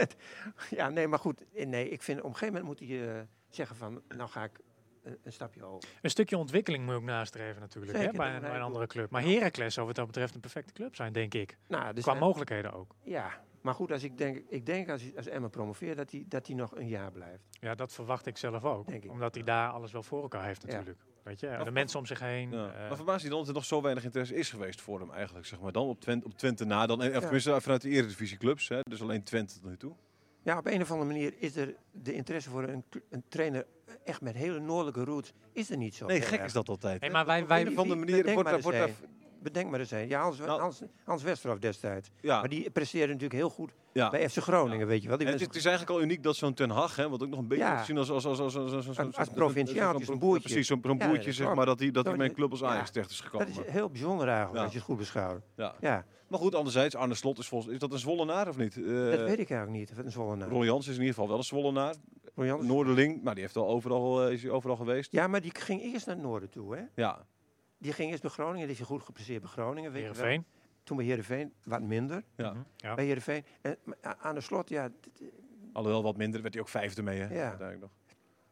Ja, nee, maar goed. Nee, ik vind op een gegeven moment moet hij uh, zeggen van, nou ga ik een, een stapje hoger.
Een stukje ontwikkeling moet je ook nastreven natuurlijk,
Zeker,
hè, bij,
dat
een, bij een
begrijp ik
andere club. Maar Heracles zou wat dat betreft een perfecte club zijn, denk ik.
Nou, dus
Qua
uh,
mogelijkheden ook.
ja, maar goed, als ik denk, ik denk als, als Emmen promoveert, dat hij dat hij nog een jaar blijft.
Ja, dat verwacht ik zelf ook.
Denk ik.
Omdat hij daar alles wel voor elkaar heeft natuurlijk. Weet je, de mensen om zich heen.
Ja.
eh,
Maar verbaast je dan dat er nog zo weinig interesse is geweest voor hem eigenlijk, zeg maar. Dan op Twente, op Twente na, dan, en,
Ja.
tenminste vanuit de Eredivisieclubs, hè, dus alleen Twente tot nu toe.
Ja, op een of andere manier is er de interesse voor een, een trainer echt met hele noordelijke roots is er niet zo.
Nee,
heel
gek
erg.
is dat altijd.
hey,
hè.
maar wij,
Op
wij,
een of andere
wie-
manier
bedenk
wordt
maar
daar...
eens
Wordt daar
Bedenk maar eens een. Ja, Hans,
Nou.
Hans, Hans Westerhof destijds.
ja,
Maar die presteerde natuurlijk heel goed
ja.
bij F C Groningen, weet je wel. Die
En het, is,
mensen-
het is eigenlijk al uniek dat zo'n Ten Hag, hè, wat ook nog een beetje
Ja.
wordt gezien als, als, als, als, als, als, als,
Als- als
zo'n-
provinciaal,
zo'n-
zo'n
ja,
boertje.
Precies, zo'n zo'n
Ja,
boertje,
dat
zeg
klopt.
maar, dat hij dat hij
Zo,
bij een club als
ja.
Ajax terecht is gekomen.
dat is heel bijzonder eigenlijk,
Ja.
als je het goed beschouwt.
Ja.
Ja,
Maar goed, anderzijds, Arne Slot is volgens... Is dat een Zwollenaar of niet? Eh,
dat weet ik eigenlijk niet. Of het een Zwollenaar.
Ron Jans is in ieder geval wel een Zwollenaar.
Ron Jans-
Noorderling, maar die heeft al overal, eh, is hij overal geweest.
Ja, maar die ging eerst naar het noorden toe, hè.
Ja.
Die ging eerst bij Groningen. Die is goed gepresteerd bij Groningen, weet je wel.
Heerenveen.
Toen bij Heerenveen wat minder.
Ja.
Mhm, ja.
Bij Heerenveen. En maar a- aan de slot, ja, t- t-
Alhoewel wat minder, werd hij ook vijfde mee, hè?
Ja.
Uiteindelijk nog.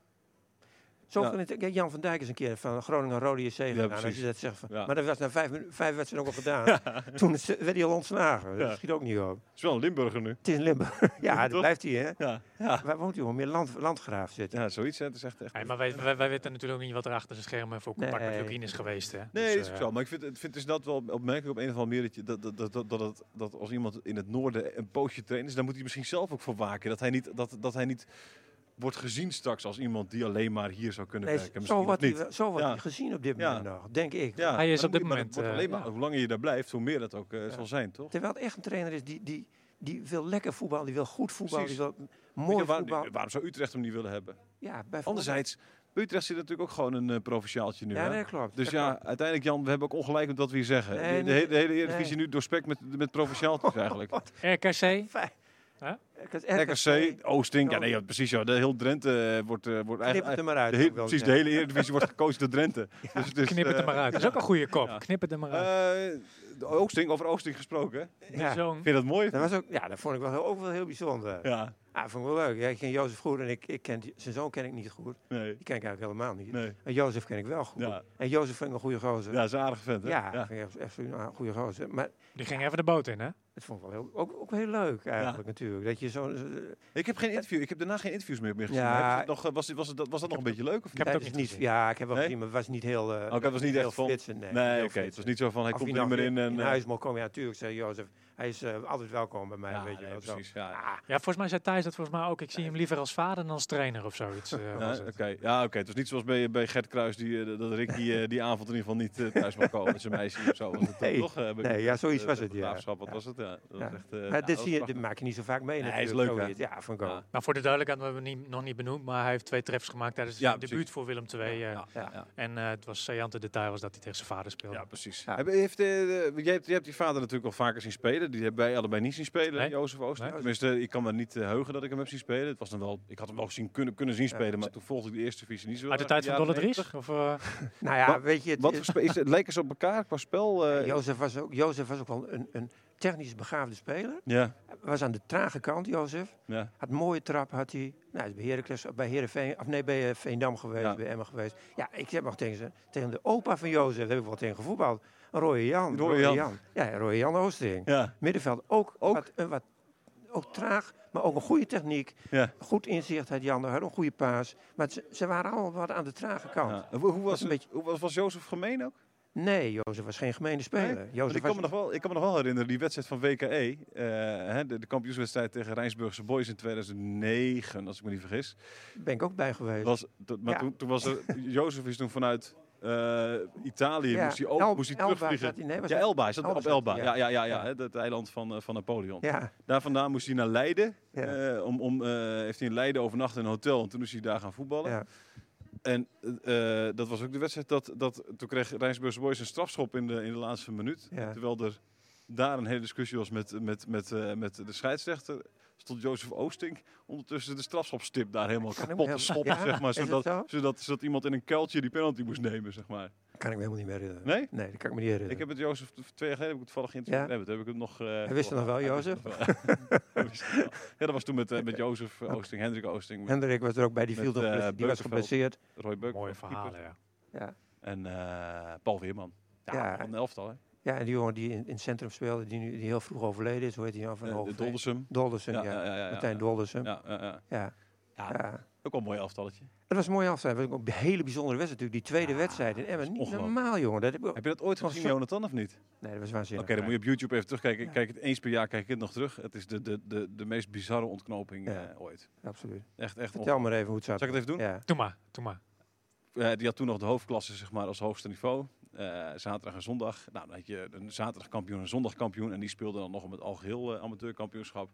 zoveel
Ja.
in het- kijk, Jan van Dijk is een keer van Groningen Rode J C gedaan. Als
precies.
je dat zegt. Van,
Ja.
Maar dat was na vijf, minu- vijf wedstrijden ook al gedaan. Toen is- werd hij al ontslagen.
Ja.
Dat schiet ook niet op.
Is wel een Limburger nu.
Het is in Limburg. Ja, dat
Toch?
blijft hij, hè.
Ja, ja.
Waar woont hij wel? Meer land, landgraaf zitten.
Ja, zoiets, hè. Het is echt... echt
Hey, maar wij, wij, wij weten natuurlijk ook niet wat er achter de schermen voor contact
Nee.
met Lukien is geweest. Hè?
Nee,
Dus,
dat is ook
eh,
zo. Maar ik vind, ik vind het dat wel opmerkelijk op een of andere manier dat, je, dat, dat, dat, dat, dat, het- dat als iemand in het noorden een poosje traint is, dan moet hij misschien zelf ook voor waken. Dat hij niet, dat, dat hij niet wordt gezien straks als iemand die alleen maar hier zou kunnen
Nee,
werken.
zo
Misschien
wordt
of
hij,
niet.
wel- zo wordt
Ja.
hij gezien op dit
Ja.
moment nog, denk ik.
Ja,
Hij is
maar
op dit
dan moet- maar
moment,
dat wordt
eh,
alleen maar,
ja.
hoe langer je daar blijft, hoe meer dat ook eh,
Ja.
zal zijn, toch?
Terwijl het echt een trainer is die, die, die wil lekker voetbal, die wil goed voetbal,
Precies.
die wil
Weet
mooi
je, waar-
voetbal.
waarom zou Utrecht hem niet willen hebben?
Ja, bijvoorbeeld.
Anderzijds, bij Utrecht zit natuurlijk ook gewoon een uh, provinciaaltje nu.
Ja,
hè?
nee, klopt.
Dus
dat
ja,
klopt.
uiteindelijk Jan, we hebben ook ongelijk met wat we hier zeggen.
Nee,
de, de,
niet-
hele- de hele Eredivisie
nee.
nu doorspekt met, met provinciaaltjes eigenlijk.
R K C.
Fijn.
Huh?
R K C,
R K C, Oosting, ja nee, ja, precies ja, de heel Drenthe eh, wordt, uh, wordt
knip het
eigenlijk...
er maar uit.
De
wil
he-
ik wel
precies, de
zeggen.
hele Eredivisie wordt gecoacht door Drenthe. Dus, het is,
Knip het er
eh,
maar uit. Dat is ook een goede kop.
Ja.
Knip het er maar uit.
eh, de Oosting, over Oosting gesproken. hè?
Ja,
Zo'n-
Vind je dat mooi?
dat was ook, ja, dat vond ik wel heel, ook wel heel bijzonder. Ja,
Ja,
dat vond ik wel leuk. Ja, ik ken Jozef goed en ik, ik ken die- zijn zoon ken ik niet goed.
nee,
Die ken ik eigenlijk helemaal niet.
nee.
En Jozef ken ik wel goed.
Ja,
En Jozef vind ik een goede gozer.
ja, is een aardige vent, hè?
Ja,
ja.
vind ik echt, echt een goede gozer. Maar
Die ging even de boot in, hè?
het vond ik wel heel, ook, ook heel leuk eigenlijk natuurlijk. Dat je zo...
Ik heb geen interview, ik heb daarna geen interviews meer, meer gezien.
Ja.
Heb je het nog, eh, was, dit- was, het, was dat nog een beetje leuk of
Ik heb
niet?
het
het
ook
is
niet
niet, ja, ik heb wel
Nee?
gezien, maar het was niet heel... uh,
Oké, het was niet echt van-
flitsend, nee.
Nee,
Heel
oké, het
flitsend.
was niet zo van, hij
Of
komt
hij
er niet
nou
meer in. En,
in
eh,
huis mocht komen, ja, natuurlijk, zei Jozef. Hij is uh, altijd welkom bij mij,
ja,
weet je
nee,
wel. zo.
precies, ja.
Ah,
Ja, volgens mij zei Thijs dat volgens mij ook. Ik zie hem liever als vader dan als trainer of zoiets. eh,
Ja,
was
oké.
het.
Ja, oké. Het was niet zoals bij, bij Gert Kruis, die, eh, dat Rick die, eh, die avond in ieder geval niet eh, thuis mag komen met zijn meisje of zo. Was het
Nee.
toch? eh, bij
nee,
die-
ja, zoiets
eh,
was het, ja.
Graafschap, wat
Ja.
was het? Ja, dat
Ja.
was echt, eh,
maar
ja,
dit,
dat
zie je,
was
dit maak je niet zo vaak mee
Nee, hij is leuk, hè?
Ja, van goal.
Ja.
Nou, voor de duidelijkheid, we hebben hem niet, nog niet benoemd, maar hij heeft twee treffers gemaakt tijdens
Ja,
zijn
precies.
debuut voor Willem twee. eh,
Ja, ja, ja.
En uh, het was saillante detail was dat hij tegen zijn vader speelde.
Ja, precies.
Ja.
Heb- Heeft, uh, je, hebt, je hebt die vader natuurlijk al vaker zien spelen. Die hebben wij allebei niet zien spelen,
Nee.
Jozef Oosting.
Nee.
Tenminste, ik kan me niet uh, heugen dat ik hem heb zien spelen. Het was dan wel, ik had hem wel gezien, kunnen, kunnen zien spelen,
Ja.
maar toen volgde ik de eerste divisie niet zo.
Uit de
erg
tijd
in
van
de
Dolle
jaren
Dries? Of, uh,
Nou ja,
Wat-
weet je... Het,
Wat voor spe- is het, lijken ze op elkaar qua spel? Uh,
Jozef was ook, Jozef was ook wel een, een technisch begaafde speler.
ja,
Was aan de trage kant, Jozef.
ja.
Had een mooie trap, had hij. Nou, hij is bij Heracles, bij Heerenveen, of nee, bij uh, Veendam geweest,
Ja.
bij Emmen geweest. Ja, ik heb nog tegen, ze, tegen de opa van Jozef, daar heb ik wel tegen gevoetbald. Roy Jan.
Roy Jan.
Ja, Roy Jan Oosting.
Ja,
Middenveld ook,
Ook?
Wat, een wat ook traag, maar ook een goede techniek.
ja.
Goed inzicht had Jan, had een goede paas. Maar ze, ze waren allemaal wat aan de trage kant.
ja. Hoe, hoe, was
een
het,
beetje-
hoe was, was Jozef gemeen ook?
Nee, Jozef was geen gemene speler.
Nee? Want
Jozef
ik, kan me
was,
nog wel, ik kan me nog wel herinneren, die wedstrijd van W K E, uh, hè, de, de kampioenswedstrijd tegen Rijnsburgse Boys in tweeduizend negen, als ik me niet vergis.
ben ik ook bij geweest.
Was, dat, maar
Ja.
toen, toen was er, Jozef is toen vanuit uh, Italië,
Ja,
moest hij, ook,
El-
moest hij
Elba
terugvliegen.
zat hij- nee, was
Ja,
dat-
Elba, hij zat
Elba
op
zat
Elba.
hij,
Ja, ja, ja, ja,
Ja.
hè, het eiland van, uh, van Napoleon.
Ja,
Daar vandaan moest hij naar Leiden.
Ja.
Uh, om, om, uh, heeft hij in Leiden overnacht in een hotel en toen is hij daar gaan voetballen.
ja.
En uh, dat was ook de wedstrijd dat, dat toen kreeg Rijnsburgse Boys een strafschop in de, in de laatste minuut.
Ja.
Terwijl er daar een hele discussie was met, met, met, uh, met de scheidsrechter. Stond Jozef Oosting ondertussen de strafschopstip daar helemaal
Kan ik
kapot
me
te
helemaal-
schoppen,
Ja?
zeg maar.
Is het
Zodat,
zo?
zodat, zodat iemand in een kuiltje die penalty moest nemen, zeg maar.
Kan ik me helemaal niet meer herinneren.
Nee?
Nee, dat kan ik me niet herinneren.
Ik heb het Jozef twee jaar geleden heb ik het toevallig geïnterviewd.
Ja?
Nee, dat heb ik het nog. Uh,
Hij wist het nog wel,
Hij wist
Jozef?
het nog wel. Hij wist het wel. Ja, dat was toen met, uh, met Jozef Oosting, Hendrik Oosting, met
Hendrik was er ook bij, die
Met,
viel toch
eh,
geblesseerd. Die was
Beukenveld.
geblesseerd.
Roy Buck.
mooie
was de keeper.
verhalen, ja.
Ja.
En uh, Paul Weerman. Ja,
Ja.
van de elftal, hè?
ja, en die jongen die in, in het centrum speelde, die, nu, die heel vroeg overleden is, hoe heet hij nou? Van
Uh,
Hoogveen?
de Doldersum.
Doldersum, ja.
Ja, ja, ja, ja,
Martijn
ja.
Doldersum. Ja.
Ja, ja, ja.
Ja.
Ja,
Ja.
ook wel een mooi elftalletje.
Het was een mooie afstand. Het was ook een hele bijzondere wedstrijd natuurlijk. Die tweede
Ja,
wedstrijd in
dat
Emmen.
is
Niet
ongelooflijk.
normaal, jongen. Dat heb ik...
Heb je dat ooit
Was
gezien,
zo-
Jonathan, of niet?
Nee, dat was
Oké,
waanzinnig.
dan moet je op YouTube even terugkijken.
Ja.
Kijk het eens per jaar, kijk ik het nog terug. Het is de, de, de, de meest bizarre ontknoping
Ja.
uh, ooit.
Absoluut.
Echt, echt
Vertel maar even hoe het zat.
Zal ik het even doen?
Ja.
Doe maar, doe maar.
Uh, die had toen nog de hoofdklasse, zeg maar, als hoogste niveau. Uh, zaterdag en zondag. Nou, dan had je een zaterdag kampioen en een zondag kampioen. En die speelden dan nog om het algeheel uh, amateurkampioenschap.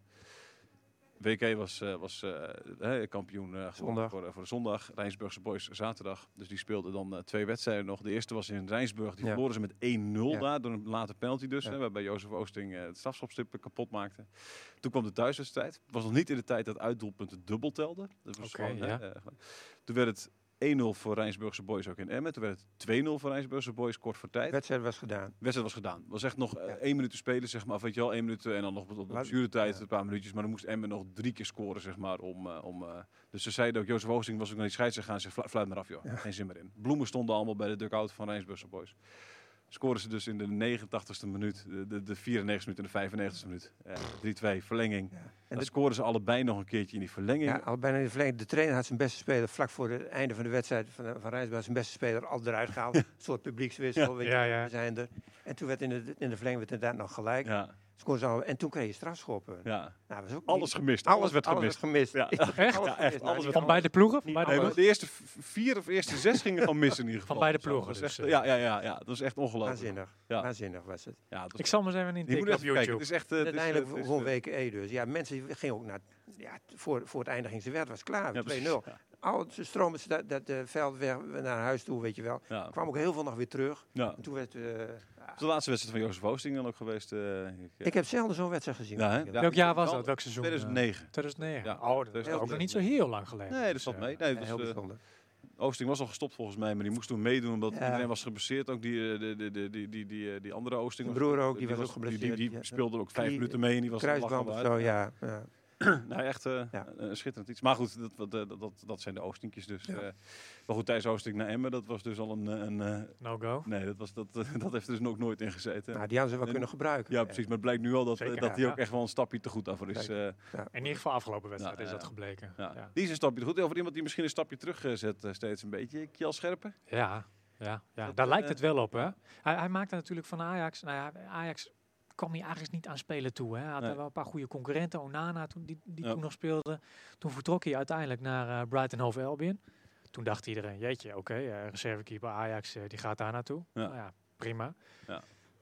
W K was, uh, was uh, uh, kampioen uh,
Zondag.
Voor, uh, voor de zondag. Rijnsburgse Boys zaterdag. Dus die speelden dan uh, twee wedstrijden nog. De eerste was in Rijnsburg. Die
Ja.
verloren ze met één nul
Ja.
daar. Door een late penalty dus.
Ja.
Hè, waarbij Jozef Oosting uh, het strafschopstip kapot maakte. Toen kwam de thuiswedstrijd. Het was nog niet in de tijd dat uitdoelpunten dubbel telden. Dat was
Oké,
gewoon,
ja.
hè, uh, toen werd het één nul voor Rijnsburgse Boys ook in Emmen. Toen werd het twee nul voor Rijnsburgse Boys kort voor tijd.
De wedstrijd was gedaan.
De wedstrijd was gedaan. Het was echt nog uh,
Ja.
één minuut te spelen, zeg maar. Of weet je wel, één minuut uh, en dan nog op de
Maar-
blessuretijd
ja.
een paar minuutjes. Maar dan moest Emmen nog drie keer scoren, zeg maar. Om, uh, om, uh, dus ze zeiden ook, Jozef Oosting was ook naar die scheidsrechter gaan. Ze zei, fluit maar af, joh.
Ja.
Geen zin meer in. Bloemen stonden allemaal bij de dugout van Rijnsburgse Boys. Scoren ze dus in de negenentachtigste minuut, de, de, de vierennegentigste minuut en de vijfennegentigste minuut. Ja, drie twee, verlenging.
Ja.
En
En
dan
de,
scoren ze allebei nog een keertje in die verlenging.
ja, al bijna in de verlenging. De trainer had zijn beste speler vlak voor het einde van de wedstrijd van, van Rijnsburg zijn beste speler al eruit gehaald. Een soort publiekswissel.
Ja.
Weet je,
Ja, ja.
we zijn er. En toen werd in de, in de verlenging werd inderdaad nog gelijk.
Ja,
Scoorden ze al- en toen kreeg je strafschoppen.
ja.
Nou, was ook
Alles
niet-
gemist. Alles, werd
alles
gemist.
werd gemist.
Ja.
Echt?
Alles
Ja,
gemist.
echt.
Nou,
Alles
niet
werd
Van beide ploegen?
Niet
Beide
Nee,
alles.
maar de eerste v- vier of eerste zes gingen gewoon mis in ieder geval.
beide
Zo,
ploegen
dat was
dus,
echt-
eh.
ja, ja, ja, ja, dat is echt ongelooflijk.
Waanzinnig.
Ja.
Waanzinnig was het.
Ja, dat was
Ik zal maar eens even
je
intikken
moet
op
even kijken.
YouTube.
Het is echt. uh,
En
het is,
uiteindelijk
uh, het is,
gewoon
uh,
W K E dus. Ja, mensen gingen ook naar... Ja, t- voor, voor het einde ging ze weg. Het was klaar.
ja,
twee
precies.
nul.
Ja,
Al, ze stromen ze dat, dat uh, veld weg naar huis toe, weet je wel.
ja.
Er kwam ook heel veel nog weer terug.
Ja.
En toen werd... uh, ja.
Het is de laatste wedstrijd van Jozef Oosting dan ook geweest. uh, ik, uh,
Ik heb zelden zo'n wedstrijd gezien.
Ja, hè?
Ja.
Ja.
Welk jaar was
wel-
dat? Welk seizoen?
tweeduizend negen.
tweeduizend negen.
Ja.
Oh, dat is
Heel
ook nog niet zo
bijzonder.
heel lang geleden.
Nee, dat valt
Dus,
mee.
eh,
Nee,
Ja,
het
heel
was, uh,
bijzonder.
Oosting was al gestopt volgens mij, maar die moest toen meedoen omdat
Ja.
iedereen was geblesseerd. Ook die, uh, de, de, de, die, die, die, uh, die andere Oosting.
Die
was-
broer ook, die was ook
Die,
geblesseerd.
die, die
Ja.
speelde ook vijf
Knie-
minuten mee en die was er
Kruisband of zo, ja. ja.
Nou, echt uh,
Ja.
uh, schitterend iets. Maar goed, dat, dat, dat, dat, dat zijn de Oostinkjes dus.
Ja.
Uh, maar goed, Thijs Oosting naar Emmen, dat was dus al een... een uh,
No go.
nee, dat, was, dat, uh, dat heeft er dus ook nooit in gezeten.
Nou, die hadden ze wel
En-
kunnen gebruiken.
ja, precies. Maar het blijkt nu al dat,
Zeker,
uh, dat
ja,
hij ook
ja.
echt wel een stapje te goed daarvoor is. Uh,
In ieder geval afgelopen wedstrijd
Ja,
is
ja,
dat
ja.
gebleken.
ja.
Ja,
Die is een stapje te goed. Over iemand die misschien een stapje terug uh, zet uh, steeds een beetje. Kjell Scherpen.
ja, ja, ja.
Dat,
daar
uh,
lijkt het wel op. Hè? Hij, hij maakte natuurlijk van Ajax... Nou ja, Ajax kwam hij eigenlijk niet aan spelen toe. Hè. Hij had
Nee.
er wel een paar goede concurrenten. Onana, toen, die, die
Ja.
toen nog speelde. Toen vertrok hij uiteindelijk naar uh, Brighton Hove Albion. Toen dacht iedereen, jeetje, oké, okay, uh, reservekeeper Ajax, uh, die gaat daar naartoe.
Ja.
Nou ja, prima.
Ja.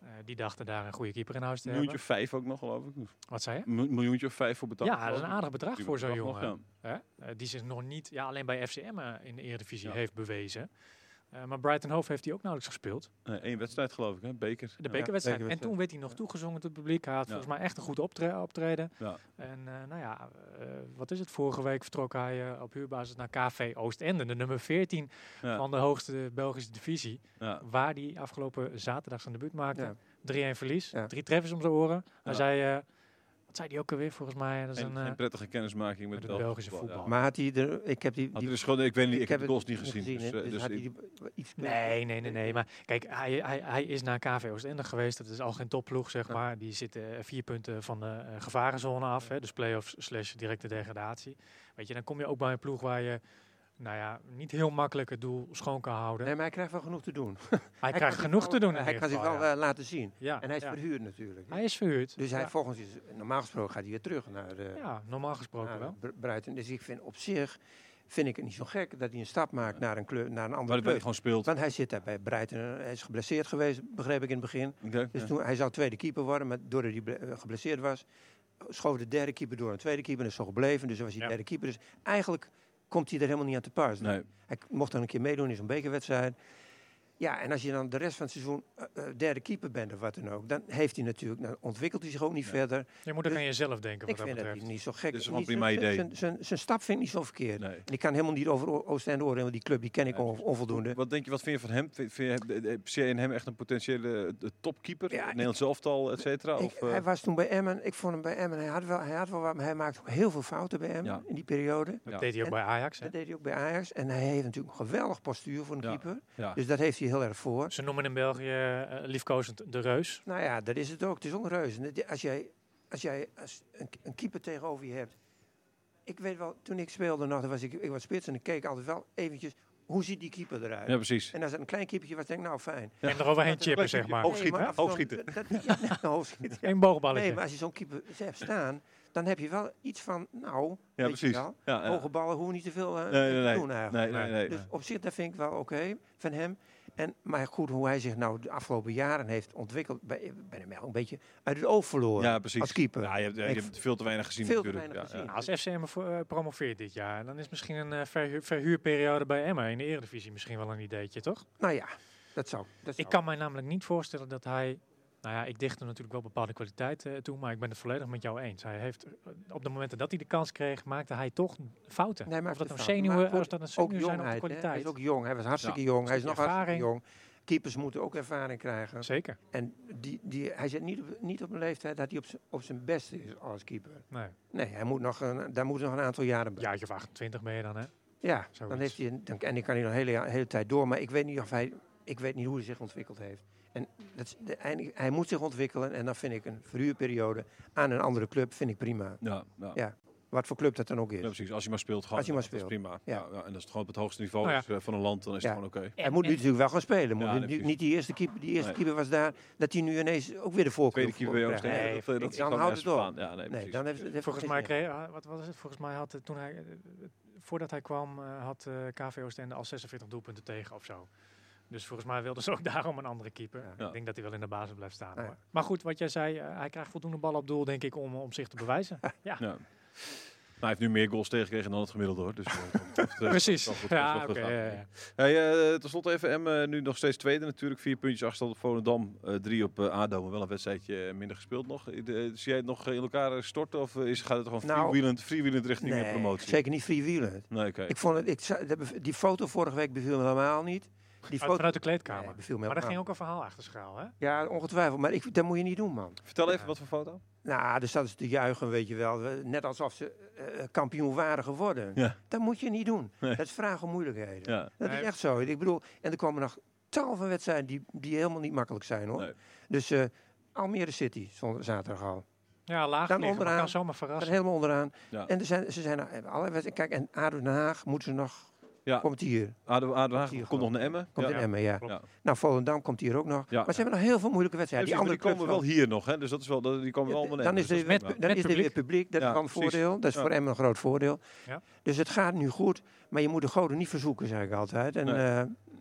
Uh, die dachten daar een goede keeper in huis te hebben.
Miljoentje vijf ook nog, geloof ik.
Wat zei je?
Een miljoentje of vijf voor betaald.
Ja, dat is een aardig bedrag
Die
voor zo'n
bedrag
jongen.
nog, ja.
Hè? Uh, die zich nog niet, ja, alleen bij F C M in de Eredivisie
Ja.
heeft bewezen. Uh, maar Brighton Hove heeft hij ook nauwelijks gespeeld.
Nee, één wedstrijd geloof ik, hè? Beker.
De bekerwedstrijd.
Ja,
en toen werd hij nog toegezongen tot het publiek. Hij had
Ja.
volgens mij echt een goed optre- optreden.
Ja.
En uh, nou ja, uh, wat is het? Vorige week vertrok hij uh, op huurbasis naar K V Oostende. De nummer veertien
Ja.
van de hoogste Belgische divisie.
Ja.
Waar hij afgelopen zaterdag zijn debuut maakte.
Ja.
drie-een verlies.
Ja.
Drie treffers om zijn oren. Hij
Ja.
zei... Uh, wat zei hij ook alweer volgens mij? Dat is
Geen,
een, uh,
geen prettige kennismaking met,
met het
Belgisch
Belgische
voetbal,
voetbal.
ja.
Maar had hij er... Ik heb die...
Had
die
hij dus gewoon, ik weet niet, ik, heb de
het
goals niet gezien. dus,
hè,
eh,
dus
dus
had hij
ik-
die iets...
Nee, nee, nee, nee. Maar kijk, hij, hij, hij is naar K V Oostende geweest. Dat is al geen topploeg, zeg
Ja.
maar. Die zitten uh, vier punten van de uh, gevarenzone af. Hè, dus play-offs slash directe degradatie. Weet je, dan kom je ook bij een ploeg waar je, nou ja, niet heel makkelijk het doel schoon kan houden.
Nee, maar hij krijgt wel genoeg te doen.
hij
Hij
krijgt
kan zich
genoeg
wel-
te doen in
Hij
ieder
kan zich
geval,
wel
ja.
uh, laten zien.
Ja,
En hij is
ja.
verhuurd natuurlijk. hè.
Hij is verhuurd.
Dus hij
ja.
volgens is, normaal gesproken gaat hij weer terug naar, uh,
Ja, normaal gesproken
naar
wel.
Br- Brighton. Dus ik vind op zich vind ik het niet zo gek dat hij een stap maakt naar een, kleur, naar een
Waar
andere
hij
club.
gewoon speelt.
Want hij zit daar bij Brighton. uh, Hij is geblesseerd geweest, begreep ik in het begin.
Oké,
Dus
ja.
toen, hij zou tweede keeper worden, maar doordat hij ble- uh, geblesseerd was, schoof de derde keeper door een tweede keeper. En is zo gebleven, dus dan was hij
Ja.
derde keeper. Dus eigenlijk komt hij er helemaal niet aan te pas.
Nee.
Hij k- mocht dan een keer meedoen in zo'n bekerwedstrijd. Ja, en als je dan de rest van het seizoen uh, uh, derde keeper bent of wat dan ook, dan heeft hij natuurlijk, dan ontwikkelt hij zich ook niet
Ja.
verder.
Je moet ook
Dus
aan jezelf denken
Ik
wat dat
vind dat
betreft.
hij niet zo gek.
Dit is gewoon
niet
een prima
zijn-
idee.
zijn- Zijn zijn stap vind ik niet zo verkeerd.
Nee.
En ik kan helemaal niet over O- Oostende oordelen, want die club die ken ik
Nee,
on- onvoldoende.
Wat denk je, wat vind je van hem? Vind, vind je, eh, zie je in hem echt een potentiële eh, topkeeper?
Ja, ik-
Nederlands elftal, et cetera?
Ik-
Of, eh,
hij was toen bij Emmen, ik vond hem bij Emmen, hij had wel, hij had wel wat, maar hij maakte ook heel veel fouten bij Emmen
Ja.
in die periode.
Dat
Ja.
deed hij ook
En-
bij Ajax. Hè?
Dat deed hij ook bij Ajax. En hij heeft natuurlijk een geweldig postuur voor een
Ja.
keeper.
ja.
Dus dat heeft hij heel erg voor.
Ze noemen in België uh, liefkozend de Reus.
Nou ja, dat is het ook. Het is ook een reus. En het- Als jij, als jij als een, een keeper tegenover je hebt. Ik weet wel, toen ik speelde nog, dan was ik, ik was spits en ik keek altijd wel eventjes, hoe ziet die keeper eruit?
ja, precies.
En als het een klein keepertje was, denk ik, nou fijn.
En eroverheen
Dat-
chippen, zeg maar.
Hoog schieten,
maar af en toe-
hoogschieten.
dat- dat- ja, nee, hoogschieten.
Geen boogballetje.
Nee, maar als je zo'n keeper hebt staan, dan heb je wel iets van, nou,
Ja,
weet
precies.
je wel,
Ja, ja.
hoge ballen hoeven niet te veel uh,
Nee, nee,
te
nee.
doen eigenlijk.
Nee, nee, nee.
Dus op zich, dat vind ik wel oké van hem. En, maar goed, hoe hij zich nou de afgelopen jaren heeft ontwikkeld, ben, ben ik wel een beetje uit het oog verloren
Ja, precies.
als keeper.
Ja, je, hebt, je
Ik-
hebt veel te weinig gezien
veel te
natuurlijk.
weinig
Ja,
gezien.
ja.
Nou, als F C M vo- eh, promoveert dit jaar, dan is misschien een uh, verhuur, verhuurperiode bij Emma in de Eredivisie misschien wel een ideetje, toch?
Nou ja, dat zou. Dat zou.
Ik kan mij namelijk niet voorstellen dat hij... Nou ja, ik dicht hem natuurlijk wel bepaalde kwaliteit uh, toe, maar ik ben het volledig met jou eens. Hij heeft, uh, op de momenten dat hij de kans kreeg, maakte hij toch fouten.
Nee,
of
maakt
dat
het
een
fout.
zenuwen,
Maar goed,
of dat een
ook
zenuwen zijn op de
jongheid. Hè? Hij
kwaliteit.
is ook jong. Hij was hartstikke
Ja,
jong. Hij is nog
stukje
hartstikke
ervaring.
jong. Keepers moeten ook ervaring krijgen.
Zeker.
En die, die, hij zit niet op, niet op een leeftijd dat hij op, z'n- op zijn beste is als keeper.
Nee.
Nee, hij moet nog een, daar moeten nog een aantal jaren bij.
Jaartje of achtentwintig ben je dan, hè?
Ja, dan
Zoiets.
heeft hij, een- dan, en die kan hij nog een hele, ja- hele tijd door. Maar ik weet niet of hij, ik weet niet hoe hij zich ontwikkeld heeft. En dat is, de, hij, hij moet zich ontwikkelen. En dan vind ik een verhuurperiode aan een andere club vind ik prima.
Ja, ja.
Ja. Wat voor club dat dan ook is.
Ja, precies. Als je maar speelt, gewoon.
Als je maar
dat is
speelt.
prima.
Ja.
Ja. Ja, en dat is het gewoon op het hoogste niveau
Nou ja.
is, eh, van een land, dan is
Ja.
het gewoon oké.
Hij moet nu natuurlijk wel gaan spelen. Moet
Ja,
niet-
nee, precies.
niet die eerste keeper, die eerste
Nee.
keeper was daar, dat hij nu ineens ook weer de voorkeur
Tweede keeper bij
krijgt.
Oostende,
Nee,
dat, eh, dat
ik-
is
dan
gewoon
houdt het
ergens
op.
vandaan. Ja, nee,
Nee,
precies.
dan heeft, heeft
Volgens
geen
mij
zin.
kreeg, ah, wat was het? Volgens mij had het, toen hij, eh, eh, voordat hij kwam, eh, had uh, K V Oostende al zesenveertig doelpunten tegen of zo. Dus volgens mij wilden ze ook daarom een andere keeper.
Ja.
Ik denk dat hij wel in de basis blijft staan.
Ja.
Hoor. Maar goed, wat jij zei, uh, hij krijgt voldoende ballen op doel, denk ik, om, om zich te bewijzen. Ja,
Ja. Maar hij heeft nu meer goals tegengekregen dan het gemiddelde hoor. Dus, eh, dat betreft, eh,
precies.
wel goed, wel
Ja,
goed
oké.
gegaan.
ja, ja.
Hey, uh, ten slotte even M uh, nu nog steeds tweede natuurlijk. Vier puntjes achterstand op Volendam. Uh, drie op uh, ADO. Maar wel een wedstrijdje uh, minder gespeeld nog. Uh, de, zie jij het nog uh, in elkaar uh, storten? Of uh, is, gaat het gewoon
Nou,
freewheelend, freewheelend richting
Nee,
uh, promotie?
zeker niet freewheelend.
Nee, oké.
Ik vond het, ik, za- de bev- die foto vorige week beviel me helemaal niet. Die
Uit-
foto
vanuit de kleedkamer.
Nee, beviel me
Maar daar ging
helemaal.
ook een verhaal achter schaal, hè?
Ja, ongetwijfeld. Maar ik, dat moet je niet doen, man.
Vertel even
Ja.
wat voor foto.
Nou, er staat ze te juichen, weet je wel. Net alsof ze uh, kampioen waren geworden.
Ja.
Dat moet je niet doen.
Nee.
Dat is vragen om moeilijkheden.
Ja.
Dat
Nee.
is echt zo. Ik bedoel, en er komen nog tal van wedstrijden die, die helemaal niet makkelijk zijn, hoor.
Nee.
Dus uh, Almere City, zondag, zaterdag al.
Ja, laag
Dan
liggen, maar
onderaan.
kan zomaar
Dat
verrassen.
helemaal onderaan.
Ja.
En er zijn, ze zijn er alle wedstrijden. Kijk, en A D O Den Haag moeten ze nog.
Ja.
Komt hier.
ADO, ADO Haag
Hier
komt nog naar Emmen.
Komt
ja.
in Emmen, ja.
Klopt.
Ja.
Nou, Volendam komt hier ook nog.
Ja.
Maar ze hebben nog heel veel moeilijke wedstrijden.
Ja,
Die
precies,
andere
maar die
clubs
komen wel hier nog, hè? Dus dat is wel, dat- die komen wel
Ja,
allemaal
dan
naar
is,
Emmen.
er,
Dus
met,
dat is
dan
Met
is er weer
publiek.
publiek, dat
Ja,
is wel een
precies.
voordeel. Dat is
Ja.
voor Emmen een groot voordeel.
Ja.
Dus het gaat nu goed, maar je moet de goden niet verzoeken, zeg ik altijd. En
Nee.
eh,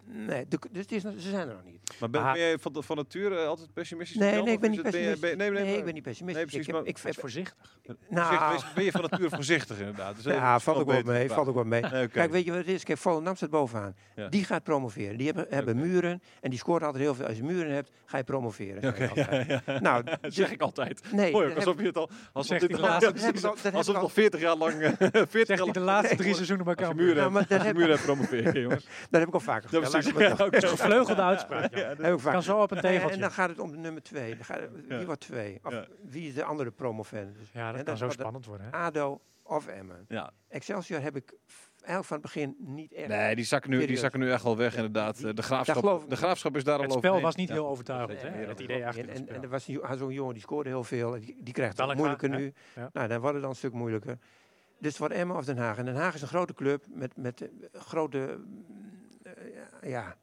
Nee, de, dus het is, nog- ze zijn er nog niet.
Maar ben,
Maar-
ben jij van, de- van nature eh, altijd pessimistisch?
Nee,
Jan,
nee, ik
of
ben
is
niet
het- ben je-
pessimistisch.
ben je- nee, nee,
Nee,
maar-
ik ben niet pessimistisch.
Nee, precies,
ik heb,
maar-
ik,
Wees voorzichtig.
nou,
Voorzichtig, ben je van nature voorzichtig inderdaad. Dus, eh,
ja,
dat
valt
is
ook wel
beter
mee.
te
Valt ook wel mee.
praten. Nee, oké.
Kijk, weet je wat het is? Kijk, Volendam staat bovenaan.
Ja.
Die gaat promoveren. Die hebben, hebben
Oké.
muren en die scoort altijd heel veel. Als je muren hebt, ga je promoveren.
Oké,
zei hij
ja,
altijd.
ja.
Nou,
Dat
dus-
zeg ik altijd.
Nee,
Mooi,
dat
alsof
heb-
je het al... Alsof
Zegt
dit
hij
al-
de laatste
ja,
drie-
precies,
dat heb ik
alsof
al-
het al veertig jaar lang... veertig
Zegt
jaar
hij de
lang...
laatste drie seizoenen bij
Als je
Cambuur.
muren
Ja,
hebt,
maar dat
als je
heb-
muren hebt promoveren, jongens.
Dat heb ik al vaker
Ja,
gezegd.
precies.
Laat ik het
Ja,
maar-
oké.
Gevleugelde uitspraak. Ja.
heb ik ook vaker
Kan zo op een
En
tegeltje.
dan gaat het om de nummer twee. Dan gaat, wie
Ja.
wordt twee? Of
Ja.
wie is de andere promovendus?
Ja, dat
En
kan zo
wat de-
spannend worden. Hè?
ADO of Emmen.
Ja.
Excelsior heb ik f- eigenlijk van het begin niet echt...
Nee, die zakken, nu, die
Serieus.
zakken nu echt wel weg,
Ja,
inderdaad.
die-
De
daar
graafschap,
geloof ik
de graafschap is daar al
Het
over.
spel was niet
Ja.
heel overtuigend.
Nee,
Hè?
nee,
Het
dat
idee
klopt.
achter
En,
het
en,
spel.
en er was een jo- zo'n jongen die scoorde heel veel. Die, die krijgt het
Dallinga,
moeilijker
hè?
nu.
Ja.
Nou, dan wordt het dan een stuk moeilijker. Dus het wordt Emmen of Den Haag. En Den Haag is een grote club met, met eh, grote, eh, ja,